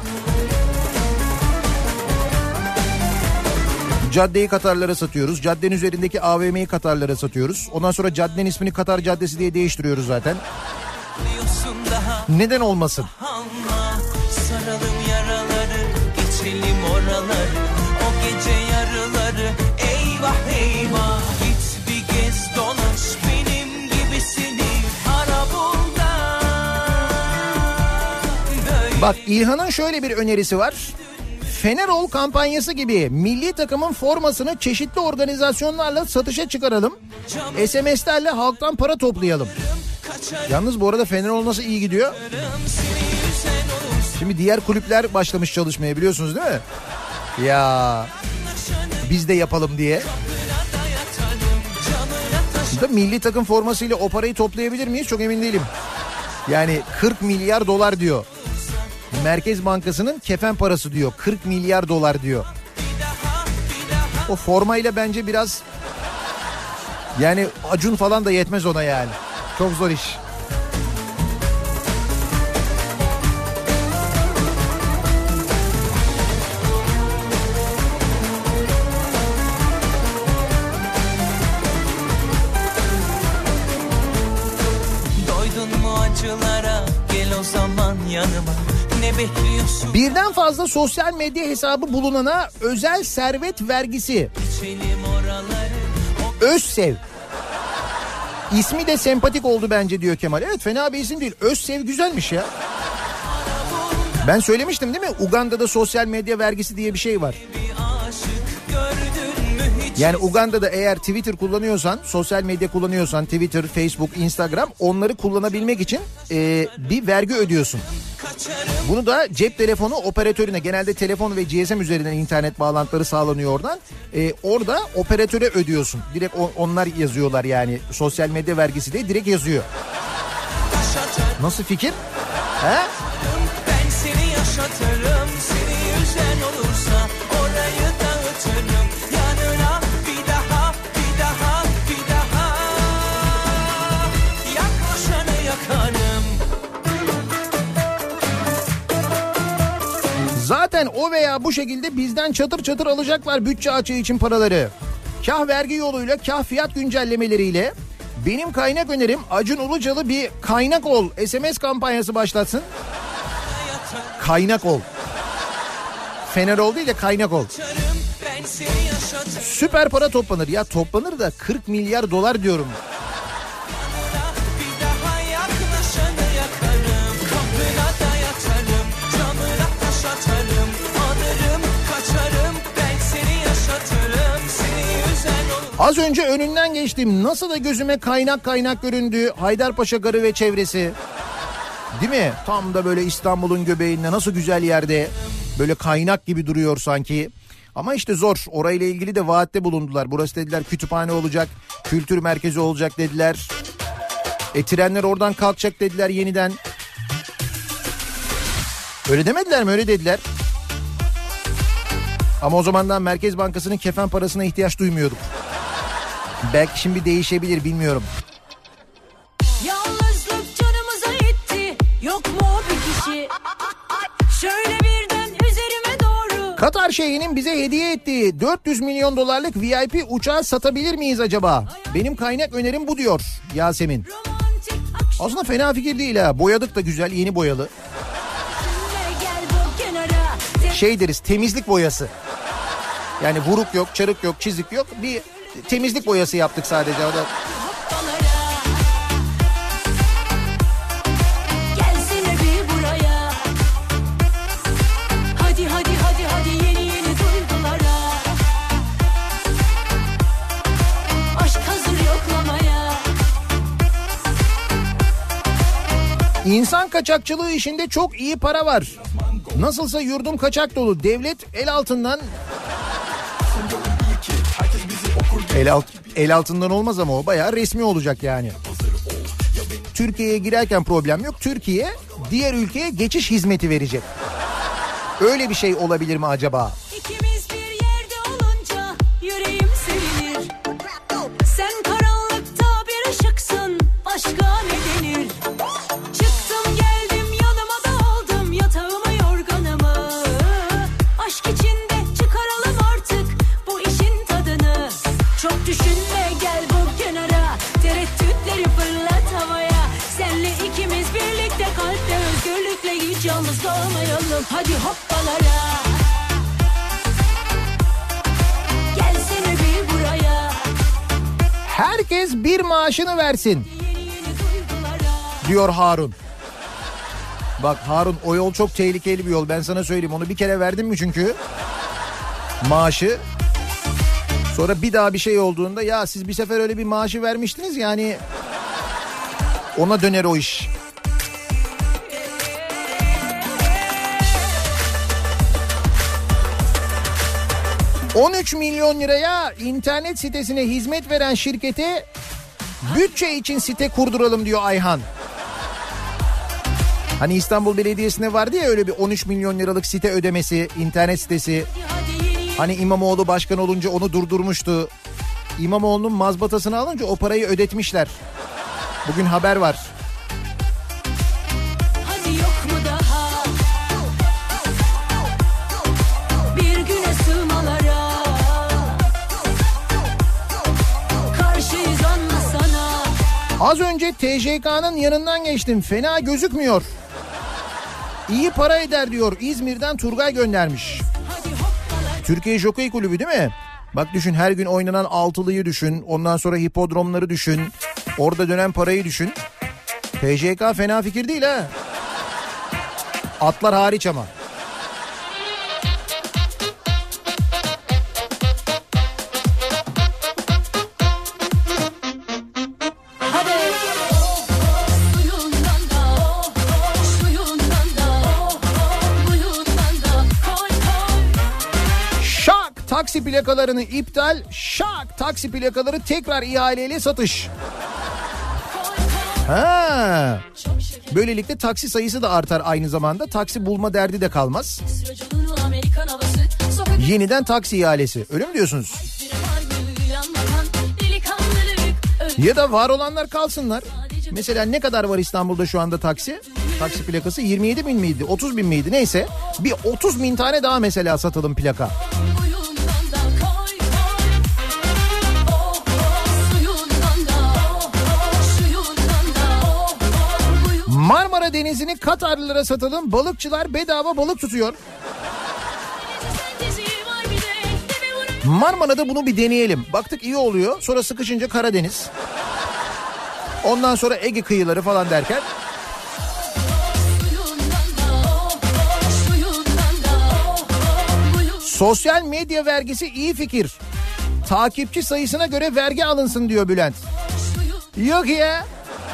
Caddeyi Katarlara satıyoruz. Caddenin üzerindeki AVM'yi Katarlara satıyoruz. Ondan sonra caddenin ismini Katar Caddesi diye değiştiriyoruz zaten. Neden olmasın? Saralım yaraları, geçelim oraları, o gece yarıları. Eyvah eyvah, git bir gez dolaş benim gibisini ara bul da. Bak, İlhan'ın şöyle bir önerisi var. Fenerol kampanyası gibi milli takımın formasını çeşitli organizasyonlarla satışa çıkaralım. SMS'lerle halktan para toplayalım. Yalnız bu arada Fenerol nasıl iyi gidiyor? Şimdi diğer kulüpler başlamış çalışmaya, biliyorsunuz değil mi? Ya biz de yapalım diye. Da milli takım formasıyla o parayı toplayabilir miyiz? Çok emin değilim. Yani 40 milyar dolar diyor. Merkez Bankası'nın kefen parası diyor. 40 milyar dolar diyor. O formayla bence biraz, yani Acun falan da yetmez ona yani. Çok zor iş. yanıma. Ne bekliyorsun? Birden fazla sosyal medya hesabı bulunana özel servet vergisi. İçelim oraları. Özsev. İsmi de sempatik oldu bence diyor Kemal. Evet, fena bir isim değil. Özsev güzelmiş ya. Ben söylemiştim değil mi? Uganda'da sosyal medya vergisi diye bir şey var. Yani Uganda'da eğer Twitter kullanıyorsan, sosyal medya kullanıyorsan, Twitter, Facebook, Instagram, onları kullanabilmek için bir vergi ödüyorsun. Bunu da cep telefonu operatörüne, genelde telefon ve GSM üzerinden internet bağlantıları sağlanıyor oradan. Orada operatöre ödüyorsun. Direkt onlar yazıyorlar yani. Sosyal medya vergisi diye direkt yazıyor. Nasıl fikir? He? Ben seni yaşatırım, seni üzen olursa orayı dağıtırım. Yanına bir daha, bir daha, bir daha. Yaklaşanı yakarım. Zaten o veya bu şekilde bizden çatır çatır alacaklar bütçe açığı için paraları. Kah vergi yoluyla, kah fiyat güncellemeleriyle. Benim kaynak önerim, Acun Ilıcalı bir kaynak ol SMS kampanyası başlatsın. Kaynak ol. Fener ol değil de kaynak ol. Süper para toplanır. Ya toplanır da 40 milyar dolar diyorum. Bir daha yaklaşanı yakarım. Kapına dayatarım, camına taş atarım. Alırım, kaçarım, ben seni yaşatırım. Seni üzen olur. Az önce önünden geçtim. Nasıl da gözüme kaynak kaynak göründü. Haydarpaşa Garı ve çevresi. Değil mi? Tam da böyle İstanbul'un göbeğinde, nasıl güzel yerde. Böyle kaynak gibi duruyor sanki. Ama işte zor. Orayla ilgili de vaatte bulundular. Burası dediler kütüphane olacak, kültür merkezi olacak dediler. Trenler oradan kalkacak dediler yeniden. Öyle demediler mi? Öyle dediler. Ama o zamandan Merkez Bankası'nın kefen parasına ihtiyaç duymuyorduk. Belki şimdi değişebilir, bilmiyorum. Yalnızlık canımıza itti. Yok mu bir kişi? Şöyle birden üzerime doğru. Katar Şeyhi'nin bize hediye ettiği 400 milyon dolarlık VIP uçağı satabilir miyiz acaba? Benim kaynak önerim bu diyor Yasemin. Romantik akşam. Aslında fena fikir değil ha. Boyadık da güzel, yeni boyalı. Gel bu kenara. Şey deriz, temizlik boyası. Yani vuruk yok, çarık yok, çizik yok. Bir temizlik boyası yaptık sadece. O da... Gelsene bir buraya. Hadi hadi hadi hadi yeni yeni duygulara. Aşk hazır yoklamaya. İnsan kaçakçılığı işinde çok iyi para var. Nasılsa yurdum kaçak dolu. Devlet el altından... El altından olmaz ama o bayağı resmi olacak yani. Türkiye'ye girerken problem yok. Türkiye diğer ülkeye geçiş hizmeti verecek. Öyle bir şey olabilir mi acaba? İkimiz bir yerde olunca yüreğim sevinir. Sen karanlıkta bir ışıksın, başka ne denir? Çıktım geldim yanıma da aldım yatağımı yorganımı. Aşk içinde çıkaralım artık bu işin tadını. Çok düşünme gel bu kenara, tereddütleri fırlat havaya. Senle ikimiz birlikte kalpte özgürlükle hiç yalnız kalmayalım. Hadi hoppalara. Gelsene bir buraya. Herkes bir maaşını versin Yeni yeni duygulara. diyor Harun. Bak Harun, o yol çok tehlikeli bir yol, ben sana söyleyeyim. Onu bir kere verdim mi çünkü maaşı, sonra bir daha bir şey olduğunda ya siz bir sefer öyle bir maaşı vermiştiniz yani, ona döner o iş. $13 milyon liraya internet sitesine hizmet veren şirkete bütçe için site kurduralım diyor Ayhan. Hani İstanbul Belediyesi'ne vardı ya öyle bir 13 milyon liralık site ödemesi, internet sitesi. Hani İmamoğlu başkan olunca onu durdurmuştu. İmamoğlu'nun mazbatasını alınca o parayı ödetmişler. Bugün haber var. Hadi yok mu daha bir güne sığmalara? Karşıyız anlasana. Az önce TJK'nın yanından geçtim. Fena gözükmüyor. İyi para eder diyor. İzmir'den Turgay göndermiş. Türkiye Jockey Kulübü değil mi? Bak düşün, her gün oynanan altılıyı düşün. Ondan sonra hipodromları düşün. Orada dönen parayı düşün. TJK fena fikir değil ha. Atlar hariç ama. Taksi plakalarını iptal, şak taksi plakaları tekrar ihaleyle satış. Ha. Böylelikle taksi sayısı da artar aynı zamanda. Taksi bulma derdi de kalmaz. Yeniden taksi ihalesi. Öyle mi diyorsunuz? Ya da var olanlar kalsınlar. Mesela ne kadar var İstanbul'da şu anda taksi? Taksi plakası 27 bin miydi? 30 bin miydi? Neyse. Bir 30 bin tane daha mesela satalım plaka. Marmara Denizi'ni Katarlılara satalım. Balıkçılar bedava balık tutuyor. Marmara'da bunu bir deneyelim. Baktık iyi oluyor. Sonra sıkışınca Karadeniz. Ondan sonra Ege kıyıları falan derken. Sosyal medya vergisi iyi fikir. Takipçi sayısına göre vergi alınsın diyor Bülent. Yok ya.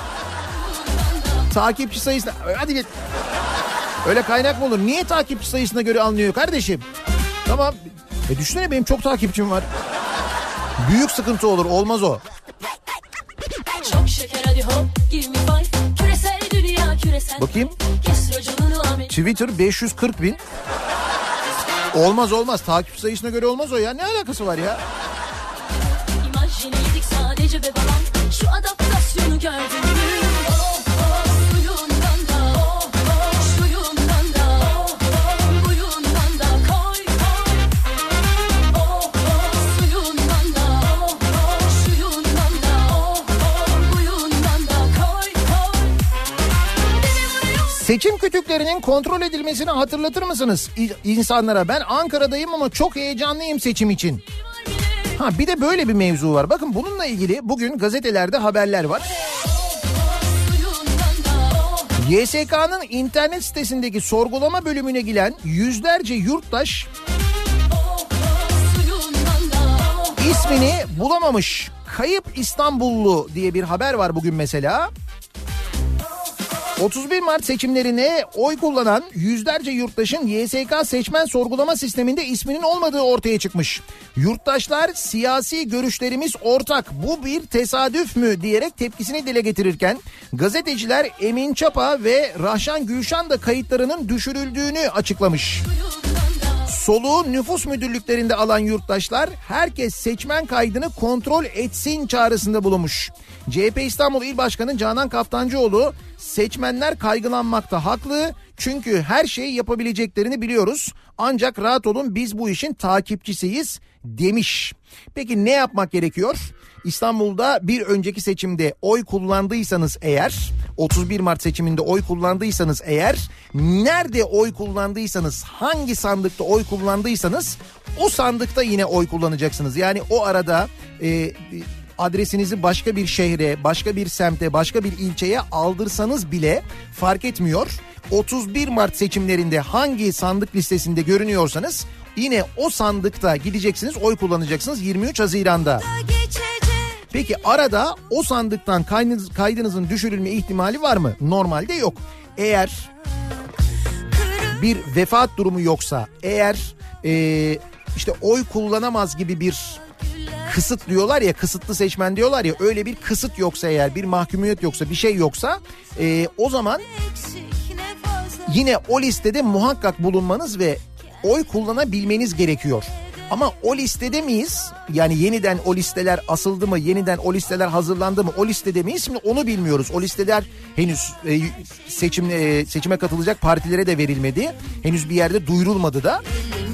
Takipçi sayısına... Hadi git. Öyle kaynak mı olur? Niye takipçi sayısına göre alınıyor kardeşim? Tamam. Düşünsene benim çok takipçim var. Büyük sıkıntı olur. Olmaz o. Çok şeker, hadi hop, give me five. Küresel dünya, küresel. Bakayım. Twitter 540 bin. Olmaz olmaz. Takipçi sayısına göre olmaz o ya. Ne alakası var ya? İmajineydik sadece be babam. Şu adaptasyonu gördün mü? Seçim kütüklerinin kontrol edilmesini hatırlatır mısınız insanlara? Ben Ankara'dayım ama çok heyecanlıyım seçim için. Ha bir de böyle bir mevzu var. Bakın bununla ilgili bugün gazetelerde haberler var. YSK'nın internet sitesindeki sorgulama bölümüne giren yüzlerce yurttaş ismini bulamamış. Kayıp İstanbullu diye bir haber var bugün mesela. 31 Mart seçimlerine oy kullanan yüzlerce yurttaşın YSK seçmen sorgulama sisteminde isminin olmadığı ortaya çıkmış. Yurttaşlar siyasi görüşlerimiz ortak, bu bir tesadüf mü diyerek tepkisini dile getirirken gazeteciler Emin Çapa ve Rahşan Gülşan da kayıtlarının düşürüldüğünü açıklamış. Soluğu nüfus müdürlüklerinde alan yurttaşlar herkes seçmen kaydını kontrol etsin çağrısında bulunmuş. CHP İstanbul İl Başkanı Canan Kaftancıoğlu seçmenler kaygılanmakta haklı çünkü her şeyi yapabileceklerini biliyoruz ancak rahat olun biz bu işin takipçisiyiz demiş. Peki ne yapmak gerekiyor? İstanbul'da bir önceki seçimde oy kullandıysanız eğer, 31 Mart seçiminde oy kullandıysanız eğer, nerede oy kullandıysanız, hangi sandıkta oy kullandıysanız o sandıkta yine oy kullanacaksınız. Yani o arada adresinizi başka bir şehre, başka bir semte, başka bir ilçeye aldırsanız bile fark etmiyor. 31 Mart seçimlerinde hangi sandık listesinde görünüyorsanız yine o sandıkta gideceksiniz, oy kullanacaksınız 23 Haziran'da. Peki arada o sandıktan kaydınızın düşürülme ihtimali var mı? Normalde yok. Eğer bir vefat durumu yoksa, eğer işte oy kullanamaz gibi bir kısıt diyorlar ya, kısıtlı seçmen diyorlar ya, öyle bir kısıt yoksa, eğer bir mahkumiyet yoksa, bir şey yoksa o zaman yine o listede muhakkak bulunmanız ve oy kullanabilmeniz gerekiyor. Ama o listede miyiz? Yani yeniden o listeler asıldı mı? Yeniden o listeler hazırlandı mı? O listede miyiz? Şimdi onu bilmiyoruz. O listeler henüz seçime katılacak partilere de verilmedi. Henüz bir yerde duyurulmadı da.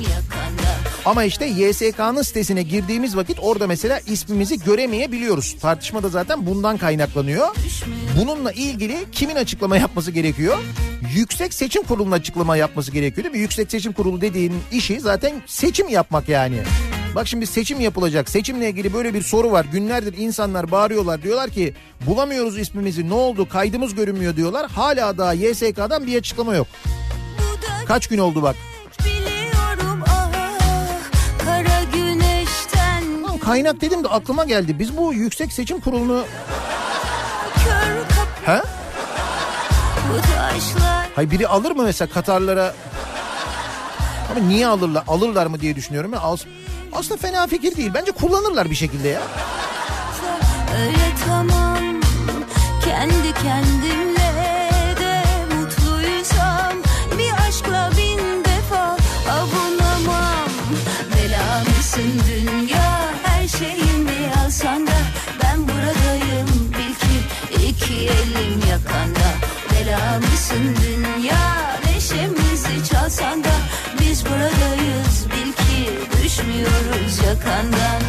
Ama işte YSK'nın sitesine girdiğimiz vakit orada mesela ismimizi göremeyebiliyoruz. Tartışma da zaten bundan kaynaklanıyor. Bununla ilgili kimin açıklama yapması gerekiyor? Yüksek Seçim Kurulu'nun açıklama yapması gerekiyor değil mi? Yüksek Seçim Kurulu dediğin işi zaten seçim yapmak yani. Bak şimdi seçim yapılacak. Seçimle ilgili böyle bir soru var. Günlerdir insanlar bağırıyorlar. Diyorlar ki bulamıyoruz ismimizi. Ne oldu? Kaydımız görünmüyor diyorlar. Hala daha YSK'dan bir açıklama yok. Kaç gün oldu bak. Biliyorum kara güneşten. Kaynak dedim de aklıma geldi. Biz bu Yüksek Seçim Kurulu'nu... Kör kapı Ha? bu taşlar. Hayır biri alır mı mesela Katarlara? Ama niye alırlar? Alırlar mı diye düşünüyorum ya. Aslında fena fikir değil. Bence kullanırlar bir şekilde ya. Öyle tamam kendi kendimle de mutluysam bir aşkla bin defa avunamam. Bela mısın dünya her şeyimi alsan da ben buradayım bil ki iki elim yakanda. Bela mısın dünya neşemizi çalsan da biz buradayız bil ki düşmüyoruz yakandan.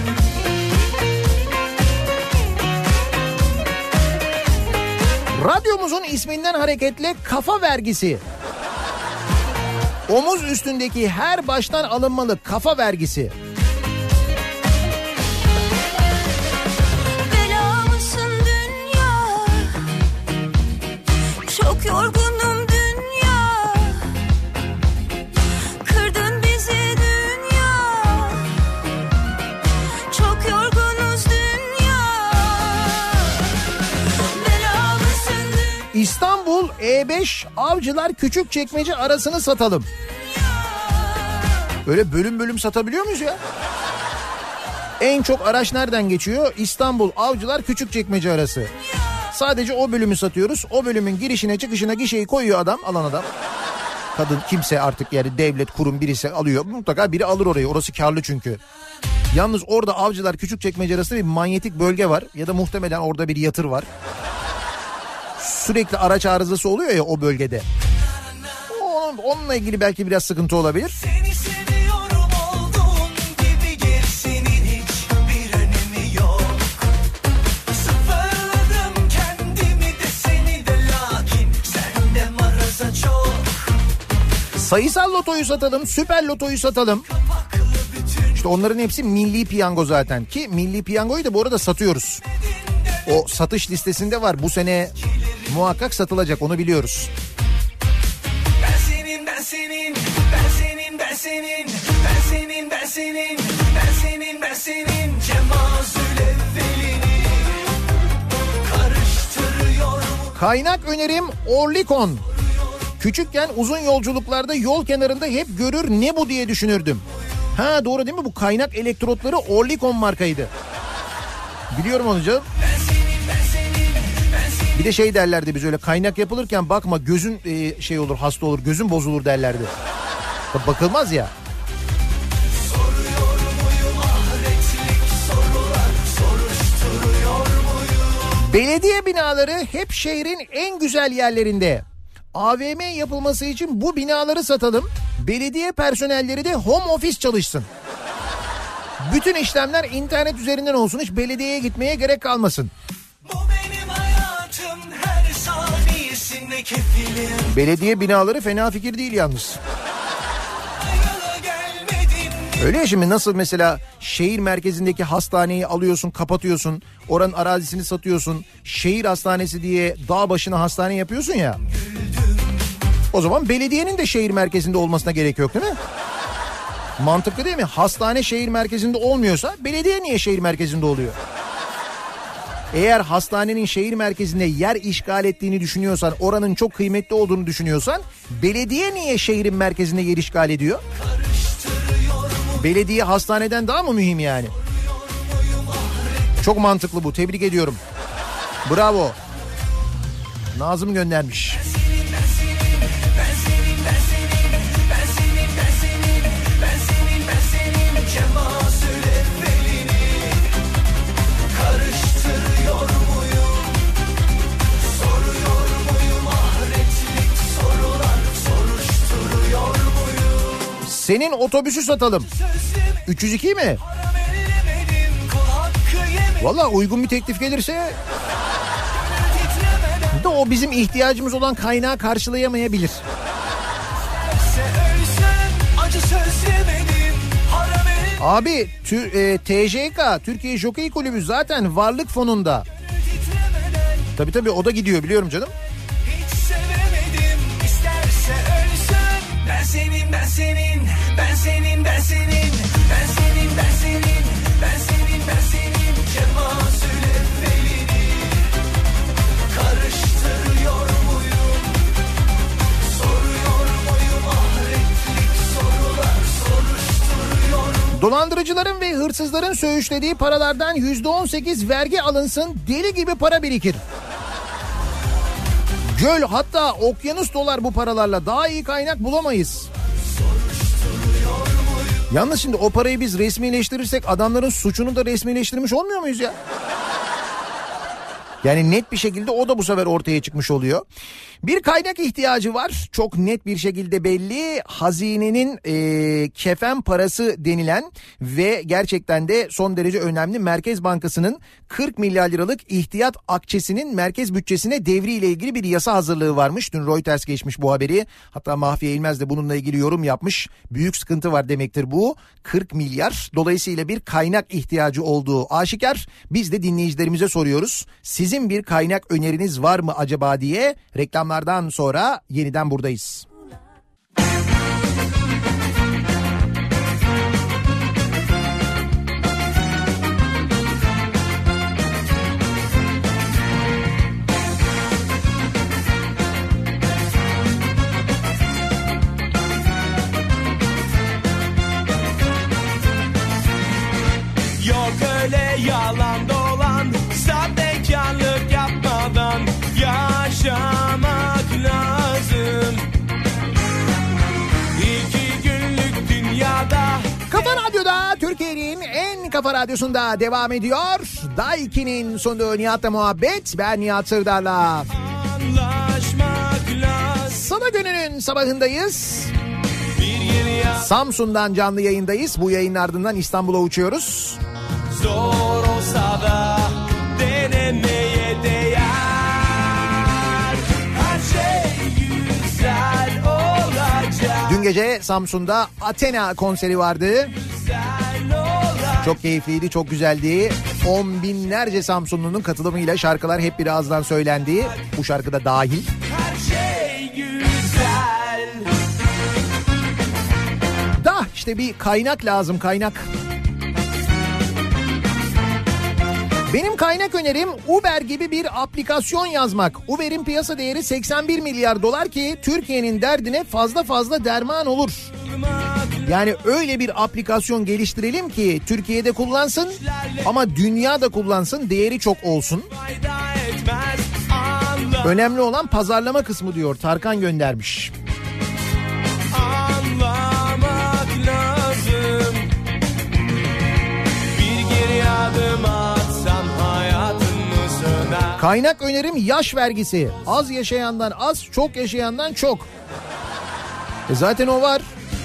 Radyomuzun isminden hareketle kafa vergisi. Omuz üstündeki her baştan alınmalı kafa vergisi. Bela mısın dünya? Çok yorgunum dünya. Kırdın bizi dünya. Çok yorgunuz dünya. Bela mısın dünya? İstanbul E5 Avcılar Küçükçekmece arasını satalım. Böyle bölüm bölüm satabiliyor muyuz ya? En çok araç nereden geçiyor? İstanbul Avcılar Küçükçekmece arası. Sadece o bölümü satıyoruz. O bölümün girişine çıkışına gişeyi koyuyor adam, alan adam. Kadın kimse artık yani devlet kurum birisi alıyor. Mutlaka biri alır orayı. Orası karlı çünkü. Yalnız orada Avcılar Küçükçekmece arasında bir manyetik bölge var. Ya da muhtemelen orada bir yatır var. Sürekli araç arızası oluyor ya o bölgede. Onunla ilgili belki biraz sıkıntı olabilir. Seni seviyorum olduğun gibi gerisinin hiçbir önemi yok. Sıfırladım kendimi de seni de lakin sende maraza çok. Sayısal lotoyu satalım, süper lotoyu satalım. İşte onların hepsi milli piyango zaten. Ki milli piyangoyu da bu arada satıyoruz. O satış listesinde var. Bu sene muhakkak satılacak, onu biliyoruz. Ben senin, ben senin, ben senin, ben senin, ben senin, ben senin, ben senin, ben senin Cemazül evvelini karıştırıyor. Kaynak önerim Orlikon. Küçükken uzun yolculuklarda yol kenarında hep görür ne bu diye düşünürdüm. Ha doğru değil mi, bu kaynak elektrotları Orlikon markaydı. Biliyorum onu canım. Bir de şey derlerdi biz öyle kaynak yapılırken bakma gözün şey olur, hasta olur, gözün bozulur derlerdi. Bakılmaz ya. Belediye binaları hep şehrin en güzel yerlerinde. AVM yapılması için bu binaları satalım. Belediye personelleri de home office çalışsın. Bütün işlemler internet üzerinden olsun. Hiç belediyeye gitmeye gerek kalmasın. Bu benim hayatım her saniyesinde kefilim. Belediye binaları fena fikir değil yalnız. Ayala gelmedin. Öyle ya, şimdi nasıl mesela şehir merkezindeki hastaneyi alıyorsun, kapatıyorsun. Oranın arazisini satıyorsun. Şehir hastanesi diye dağ başına hastane yapıyorsun ya. O zaman belediyenin de şehir merkezinde olmasına gerek yok değil mi? Mantıklı değil mi? Hastane şehir merkezinde olmuyorsa belediye niye şehir merkezinde oluyor? Eğer hastanenin şehir merkezinde yer işgal ettiğini düşünüyorsan, oranın çok kıymetli olduğunu düşünüyorsan, belediye niye şehrin merkezinde yer işgal ediyor? Belediye hastaneden daha mı mühim yani? Çok mantıklı bu. Tebrik ediyorum. Bravo. Nazım göndermiş. Senin otobüsü satalım. 302 mi? Valla uygun bir teklif gelirse de o bizim ihtiyacımız olan kaynağı karşılayamayabilir. Acı söz yemedim, haram Abi TJK Türkiye Jokey Kulübü zaten varlık fonunda. Tabii o da gidiyor biliyorum canım. hiç sevemedim. İsterse ölsün. Ben senin, ben senin, ben senin, ben senin, ben senin, ben senin, ben senin, ben senin. Cemazül evvelini karıştırıyor muyum? Soruyor muyum? Ahretlik sorular soruşturuyorum. Dolandırıcıların ve hırsızların söğüşlediği paralardan %18 vergi alınsın, deli gibi para birikir. Göl, hatta okyanus dolar bu paralarla, daha iyi kaynak bulamayız. Yalnız şimdi o parayı biz resmileştirirsek adamların suçunu da resmileştirmiş olmuyor muyuz ya? Yani net bir şekilde o da bu sefer ortaya çıkmış oluyor. Bir kaynak ihtiyacı var. Çok net bir şekilde belli. Hazinenin kefen parası denilen ve gerçekten de son derece önemli Merkez Bankası'nın 40 milyar liralık ihtiyat akçesinin merkez bütçesine devriyle ilgili bir yasa hazırlığı varmış. Dün Reuters geçmiş bu haberi. Hatta Mahfiye İlmez de bununla ilgili yorum yapmış. Büyük sıkıntı var demektir bu. 40 milyar. Dolayısıyla bir kaynak ihtiyacı olduğu aşikar. Biz de dinleyicilerimize soruyoruz. Sizin bir kaynak öneriniz var mı acaba diye. Reklamlardan sonra yeniden buradayız. Yok öyle yalan dolan, sahtekarlık yapmadan yaşamak lazım. İki günlük dünyada. Kafa Radyo'da, Türkiye'nin en kafa radyosunda devam ediyor. Daiki'nin sonunda Nihat'la muhabbet. Ben Nihat Sırdar'la. Anlaşmak lazım. Salı gününün sabahındayız. Bir yeni yaz Samsun'dan canlı yayındayız. Bu yayının ardından İstanbul'a uçuyoruz. zor olsa da denemeye değer. Her şey güzel olacak. Dün gece Samsun'da Athena konseri vardı. Güzel olacak. Çok keyifliydi, çok güzeldi. 10 binlerce Samsunlu'nun katılımıyla şarkılar hep bir ağızdan söylendi. Bu şarkı da dahil. Her şey güzel. Da işte bir kaynak lazım, kaynak. Benim kaynak önerim Uber gibi bir aplikasyon yazmak. Uber'in piyasa değeri 81 milyar dolar ki Türkiye'nin derdine fazla derman olur. Yani öyle bir aplikasyon geliştirelim ki Türkiye'de kullansın ama dünyada kullansın, değeri çok olsun. Fayda etmez. Önemli olan pazarlama kısmı diyor, Tarkan göndermiş. Anlamak lazım. Bir geri adım atsan hayatını söner. Kaynak önerim yaş vergisi. Az yaşayandan az, çok yaşayandan çok. Zaten o var.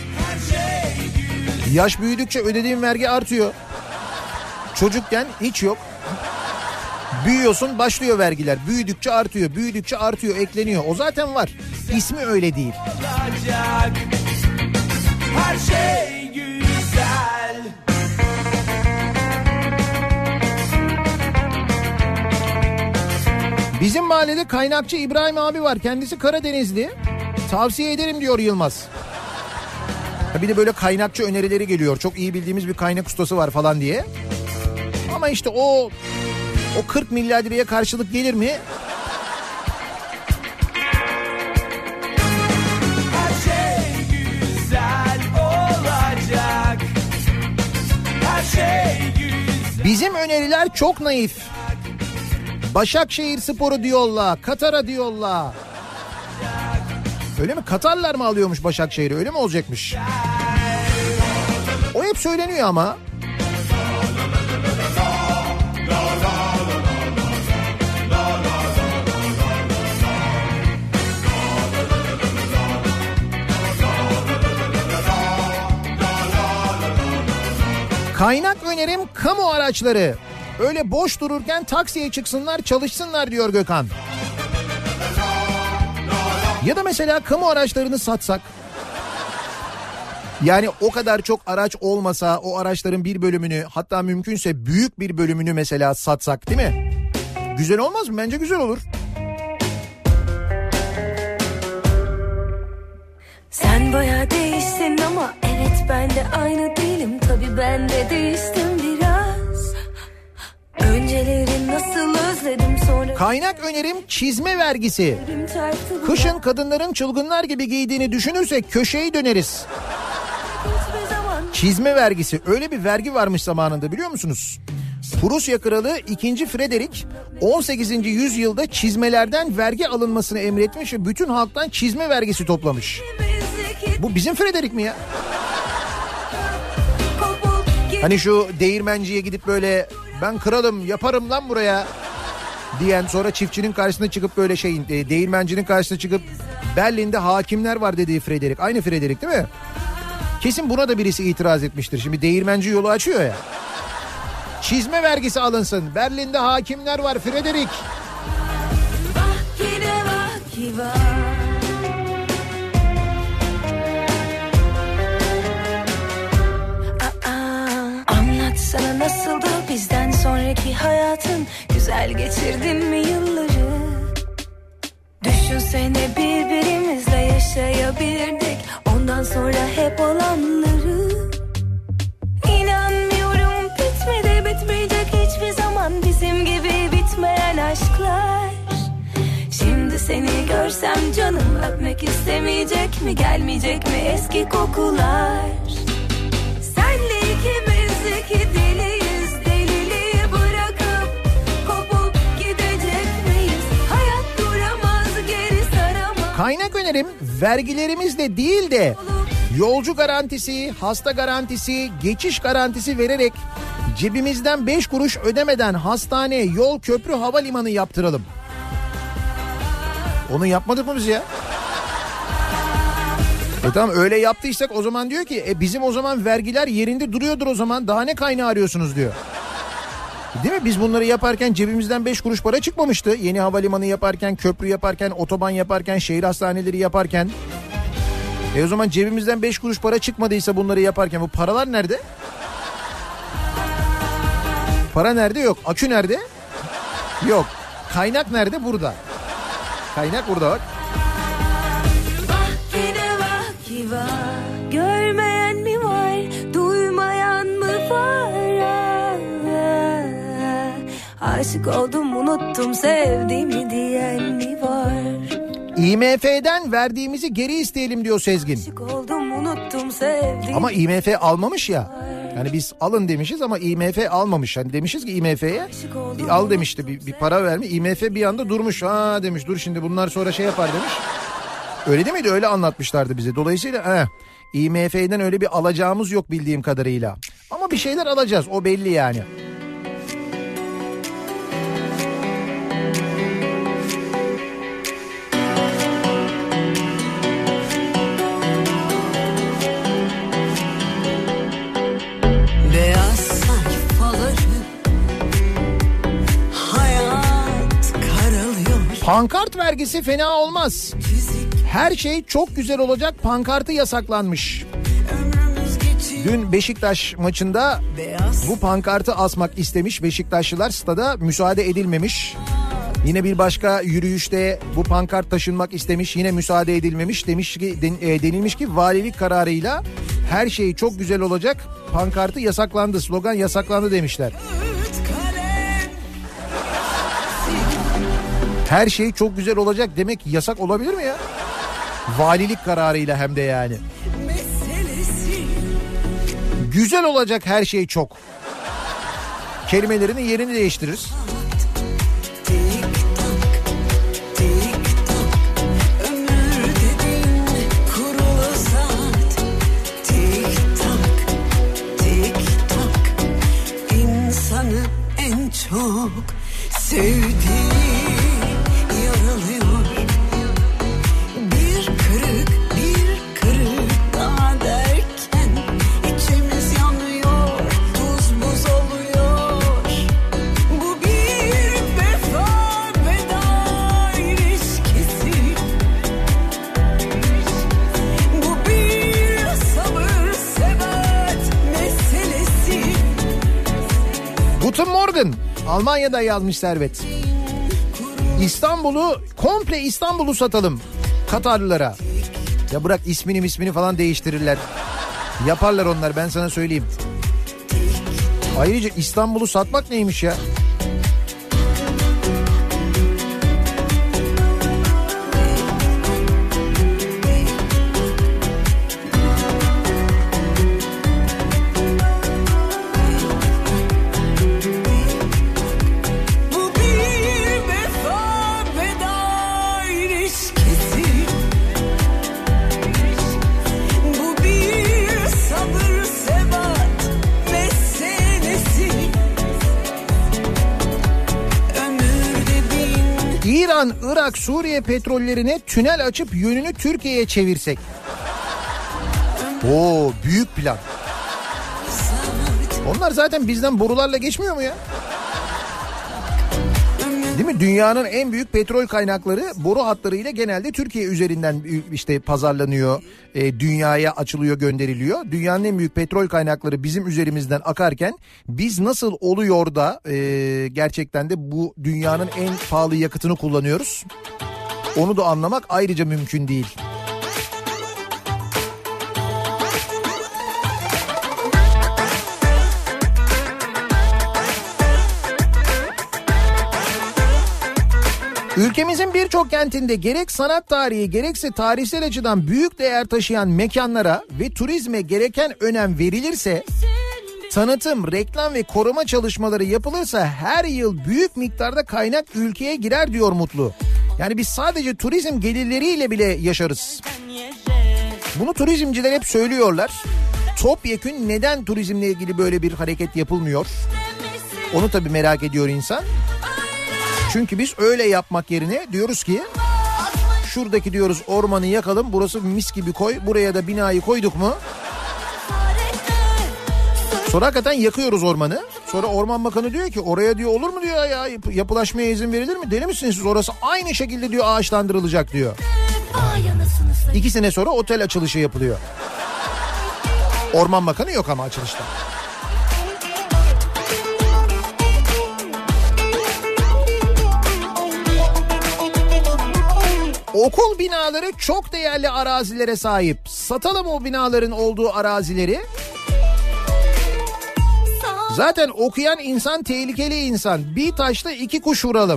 Yaş büyüdükçe ödediğin vergi artıyor. Çocukken hiç yok. Büyüyorsun, başlıyor vergiler. Büyüdükçe artıyor, büyüdükçe artıyor, ekleniyor. O zaten var. İsmi öyle değil. Olacak. Her şey güzel. Bizim mahallede kaynakçı İbrahim abi var. Kendisi Karadenizli. Tavsiye ederim diyor Yılmaz. Bir de böyle kaynakçı önerileri geliyor. Çok iyi bildiğimiz bir kaynak ustası var falan diye. Ama işte o 40 milyar liraya karşılık gelir mi? Her şey güzel olacak. Her şey güzel. Bizim öneriler çok naif. Başakşehir Sporu diyorlar, Katar'a diyorlar. Öyle mi? Katarlar mı alıyormuş Başakşehir'i? Öyle mi olacakmış? O hep söyleniyor ama. Kaynak önerim kamu araçları. Öyle boş dururken taksiye çıksınlar, çalışsınlar diyor Gökhan. Ya da mesela kamu araçlarını satsak. Yani o kadar çok araç olmasa o araçların bir bölümünü, hatta mümkünse büyük bir bölümünü mesela satsak, değil mi? Güzel olmaz mı? Bence güzel olur. Sen bayağı değiştin ama evet ben de aynı değilim. Tabii ben de değiştim biraz. Önceleri nasıl özledim sonra... Kaynak önerim çizme vergisi. Kışın kadınların çılgınlar gibi giydiğini düşünürsek köşeyi döneriz. Çizme vergisi, öyle bir vergi varmış zamanında, biliyor musunuz? Prusya Kralı 2. Frederick 18. yüzyılda çizmelerden vergi alınmasını emretmiş ve bütün halktan çizme vergisi toplamış. Bu bizim Frederick mi ya? Hani şu değirmenciye gidip böyle ben kralım yaparım lan buraya diyen, sonra çiftçinin karşısına çıkıp böyle değirmencinin karşısına çıkıp Berlin'de hakimler var dediği Frederick. Aynı Frederick değil mi? Kesin buna da birisi itiraz etmiştir. Şimdi değirmenci yolu açıyor ya. Çizme vergisi alınsın. Berlin'de hakimler var Frederick. Anlatsana nasıldı bizden sonraki hayatın? Güzel geçirdin mi yılları? Düşünsene birbirimizle yaşayabilirdik ondan sonra hep olanları. İnanmıyorum bitmeyecek hiçbir zaman bizim gibi bitmeyen aşklar. Şimdi seni görsem canım öpmek istemeyecek mi? Gelmeyecek mi eski kokular? Senle ikimizdeki deliyiz, deliliği bırakıp kopup gidecek miyiz? Hayat duramaz, geri saramaz. Kaynak önerim vergilerimizle değil de yolcu garantisi, hasta garantisi, geçiş garantisi vererek cebimizden 5 kuruş ödemeden hastane, yol, köprü, havalimanı yaptıralım. Onu yapmadık mı biz ya? Tamam, öyle yaptıysak o zaman diyor ki bizim o zaman vergiler yerinde duruyordur o zaman, daha ne kaynağı arıyorsunuz diyor. Değil mi? Biz bunları yaparken cebimizden 5 kuruş para çıkmamıştı. Yeni havalimanı yaparken, köprü yaparken, otoban yaparken, şehir hastaneleri yaparken. O zaman cebimizden 5 kuruş para çıkmadıysa bunları yaparken bu paralar nerede? Para nerede? Yok. Akü nerede? Yok. Kaynak nerede? Burada. Kaynak burada bak. Görmeyen mi var, duymayan mı var? Aşık oldum, unuttum sevdiğimi diyen mi var? IMF'den verdiğimizi geri isteyelim diyor Sezgin. Aşık oldum, unuttum sevdiğimi. Ama IMF almamış ya. Yani biz alın demişiz ama IMF almamış. Hani demişiz ki IMF'ye al demişti, bir para vermiş. IMF bir anda durmuş. Ha demiş, dur şimdi bunlar sonra şey yapar demiş. Öyle değil miydi? Öyle anlatmışlardı bize. Dolayısıyla IMF'den öyle bir alacağımız yok bildiğim kadarıyla. Ama bir şeyler alacağız, o belli yani. Beyaz sayfaları hayat karalıyor. Pankart vergisi fena olmaz. Her şey çok güzel olacak, pankartı yasaklanmış. Dün Beşiktaş maçında bu pankartı asmak istemiş Beşiktaşlılar, stada müsaade edilmemiş. Yine bir başka yürüyüşte bu pankart taşınmak istemiş, yine müsaade edilmemiş. Demiş ki denilmiş ki valilik kararıyla her şey çok güzel olacak, pankartı yasaklandı, slogan yasaklandı demişler. Her şey çok güzel olacak demek yasak olabilir mi ya? Valilik kararıyla hem de yani. Güzel olacak her şey çok. Kelimelerinin yerini değiştiririz. Çok sevdiğim yaralıyor. Bir kırık daha derken içimiz yanıyor, tuz buz oluyor. Bu bir vefa veda ilişkisi. Guten Morgen. Almanya'da yazmış Servet. Komple İstanbul'u satalım Katarlılara. Ya bırak ismini falan değiştirirler. Yaparlar onlar, ben sana söyleyeyim. Ayrıca İstanbul'u satmak neymiş ya? İran, Irak, Suriye petrollerine tünel açıp yönünü Türkiye'ye çevirsek. Oo, büyük plan. Onlar zaten bizden borularla geçmiyor mu ya? Değil mi? Dünyanın en büyük petrol kaynakları boru hatlarıyla genelde Türkiye üzerinden işte pazarlanıyor, dünyaya açılıyor, gönderiliyor. Dünyanın en büyük petrol kaynakları bizim üzerimizden akarken biz nasıl oluyor da gerçekten de bu dünyanın en pahalı yakıtını kullanıyoruz? Onu da anlamak ayrıca mümkün değil. Ülkemizin birçok kentinde gerek sanat tarihi gerekse tarihsel açıdan büyük değer taşıyan mekanlara ve turizme gereken önem verilirse, tanıtım, reklam ve koruma çalışmaları yapılırsa her yıl büyük miktarda kaynak ülkeye girer diyor Mutlu. Yani biz sadece turizm gelirleriyle bile yaşarız. Bunu turizmciler hep söylüyorlar. Topyekün neden turizmle ilgili böyle bir hareket yapılmıyor? Onu tabii merak ediyor insan. Çünkü biz öyle yapmak yerine diyoruz ki şuradaki diyoruz ormanı yakalım, burası mis gibi koy, buraya da binayı koyduk mu? Sonra hakikaten yakıyoruz ormanı. Sonra Orman Bakanı diyor ki oraya diyor olur mu diyor ya, yapılaşmaya izin verilir mi? Deli misiniz siz, orası aynı şekilde diyor ağaçlandırılacak diyor. 2 sene sonra otel açılışı yapılıyor. Orman Bakanı yok ama açılışta. Okul binaları çok değerli arazilere sahip. Satalım o binaların olduğu arazileri. Zaten okuyan insan tehlikeli insan. Bir taşla 2 kuş vuralım.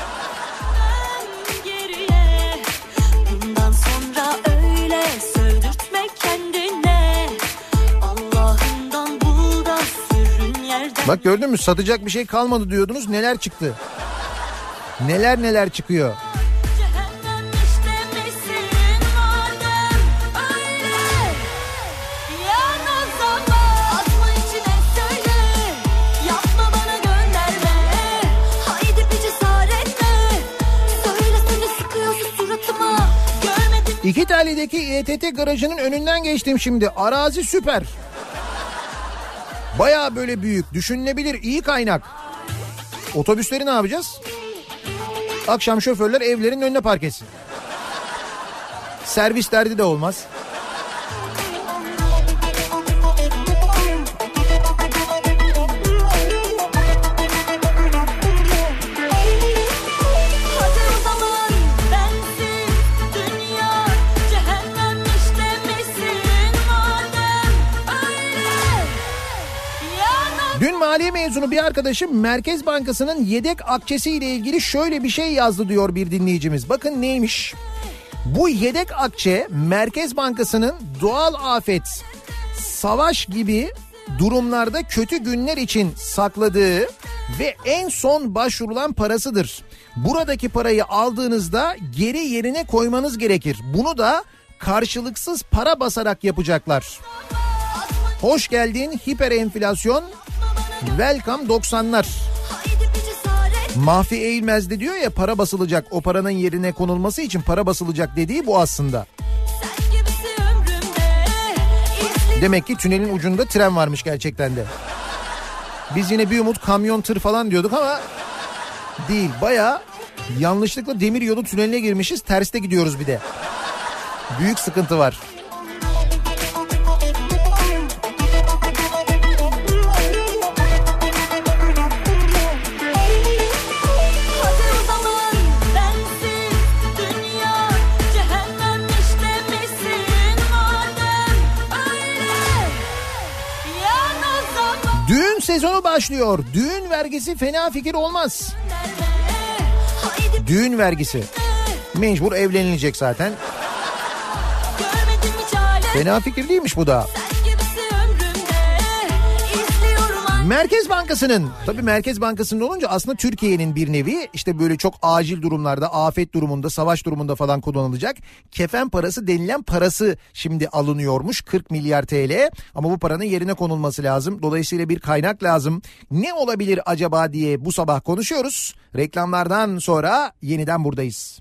Bak gördün mü, satacak bir şey kalmadı diyordunuz, neler çıktı. Neler çıkıyor. İkitelli'deki İETT garajının önünden geçtim şimdi. Arazi süper. Bayağı böyle büyük, düşünülebilir, iyi kaynak. Otobüsleri ne yapacağız? Akşam şoförler evlerin önüne park etsin. Servis derdi de olmaz. Dün maliye mezunu bir arkadaşım Merkez Bankası'nın yedek akçesiyle ilgili şöyle bir şey yazdı diyor bir dinleyicimiz. Bakın neymiş? Bu yedek akçe Merkez Bankası'nın doğal afet, savaş gibi durumlarda kötü günler için sakladığı ve en son başvurulan parasıdır. Buradaki parayı aldığınızda geri yerine koymanız gerekir. Bunu da karşılıksız para basarak yapacaklar. Hoş geldin hiper enflasyon. Welcome 90'lar. Mahfi Eğilmez de diyor ya, para basılacak, o paranın yerine konulması için para basılacak dediği bu aslında. Demek ki tünelin ucunda tren varmış gerçekten de. Biz yine bir umut kamyon, tır falan diyorduk ama değil, bayağı yanlışlıkla demir yolu tüneline girmişiz, terste gidiyoruz bir de. Büyük sıkıntı var. Düğün sezonu başlıyor. Düğün vergisi fena fikir olmaz. Düğün vergisi. Mecbur evlenilecek zaten. Fena fikir değilmiş bu da. Merkez Bankası'nın, tabii Merkez Bankası'nın olunca aslında Türkiye'nin bir nevi işte böyle çok acil durumlarda, afet durumunda, savaş durumunda falan kullanılacak kefen parası denilen parası şimdi alınıyormuş, 40 milyar TL. Ama bu paranın yerine konulması lazım. Dolayısıyla bir kaynak lazım. Ne olabilir acaba diye bu sabah konuşuyoruz. Reklamlardan sonra yeniden buradayız.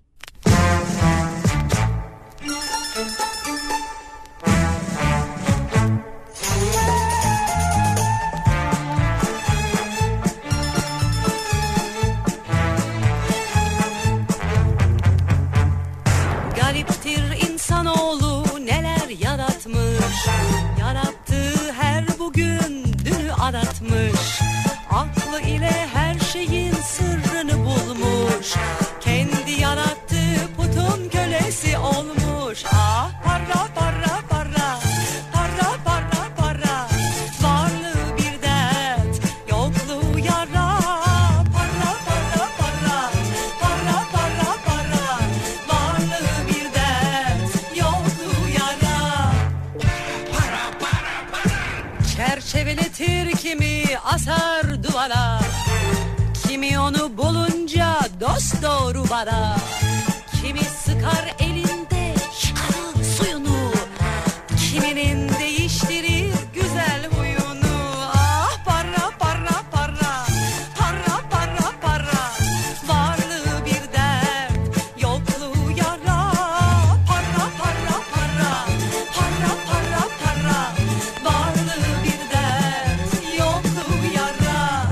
Gariptir insanoğlu neler yaratmış. Yarattığı her bugün dünü aratmış. Aklı ile her şeyin sırrını bulmuş. Kendi yarattığı putun kölesi olmuş. Ah para para para, para para para. Varlığı bir dert, yokluğu yara. Para para para, para para para. Varlığı bir dert, yokluğu yara. Para para para. Çerçeveletir kimi asar duvara. Kimi onu bulunca dost doğru bara. Kimi sıkar elinde çıkarır suyunu. Kiminin değiştirir güzel huyunu. Ah para para para, para para para. Varlığı bir dert, yokluğu yara. Para para para, para para para. Varlığı bir dert, yokluğu yara.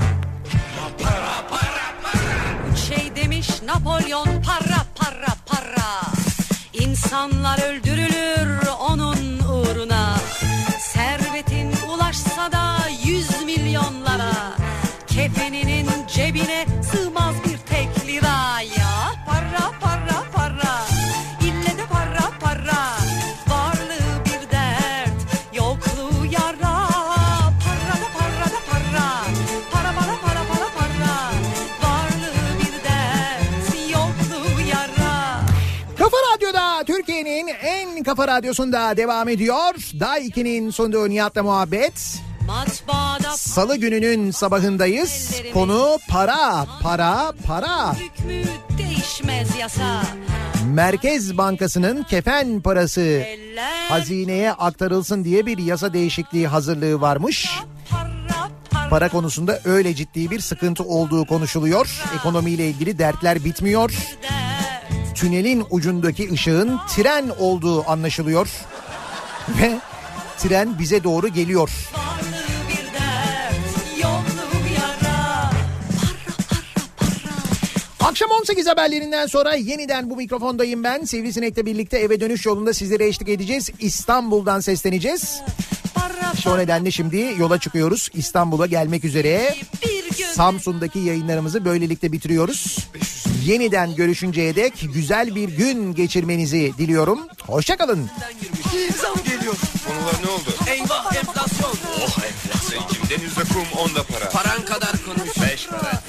Şey demiş Napolyon, para para para. İnsanlar öldürülür onun uğruna. Servetin ulaşsa da 100 milyonlara. Kefeninin cebine sığmaz bir tek lira. Ya para para para, ille de para para. Varlığı bir dert, yokluğu yara. Para da para da para, para para para para para. Varlığı bir dert, yokluğu yara. Kafa Radyo'da, Türkiye'nin en kafa radyosunda devam ediyor. Day 2'nin sunduğu Nihat'la muhabbet. Matbaada Salı gününün sabahındayız. Konu para, para, para. hükmü değişmez yasa. Merkez Bankası'nın kefen parası hazineye aktarılsın diye bir yasa değişikliği hazırlığı varmış. Para konusunda öyle ciddi bir sıkıntı olduğu konuşuluyor. Ekonomiyle ilgili dertler bitmiyor. Tünelin ucundaki ışığın tren olduğu anlaşılıyor. Ve tren bize doğru geliyor. Varlığı bir dert, yokluğu yara. Akşam 18 haberlerinden sonra yeniden bu mikrofondayım ben. Sivrisinek'le birlikte eve dönüş yolunda sizlere eşlik edeceğiz. İstanbul'dan sesleneceğiz. İşte o nedenle şimdi yola çıkıyoruz. İstanbul'a gelmek üzere. Samsun'daki yayınlarımızı böylelikle bitiriyoruz. Yeniden görüşünceye dek güzel bir gün geçirmenizi diliyorum. Hoşçakalın. Zam geliyor. Konular ne oldu? Eyvah enflasyon. Oh enflasyon. Kimden yüzde kum onda para. Paran kadar konuş. 5 para.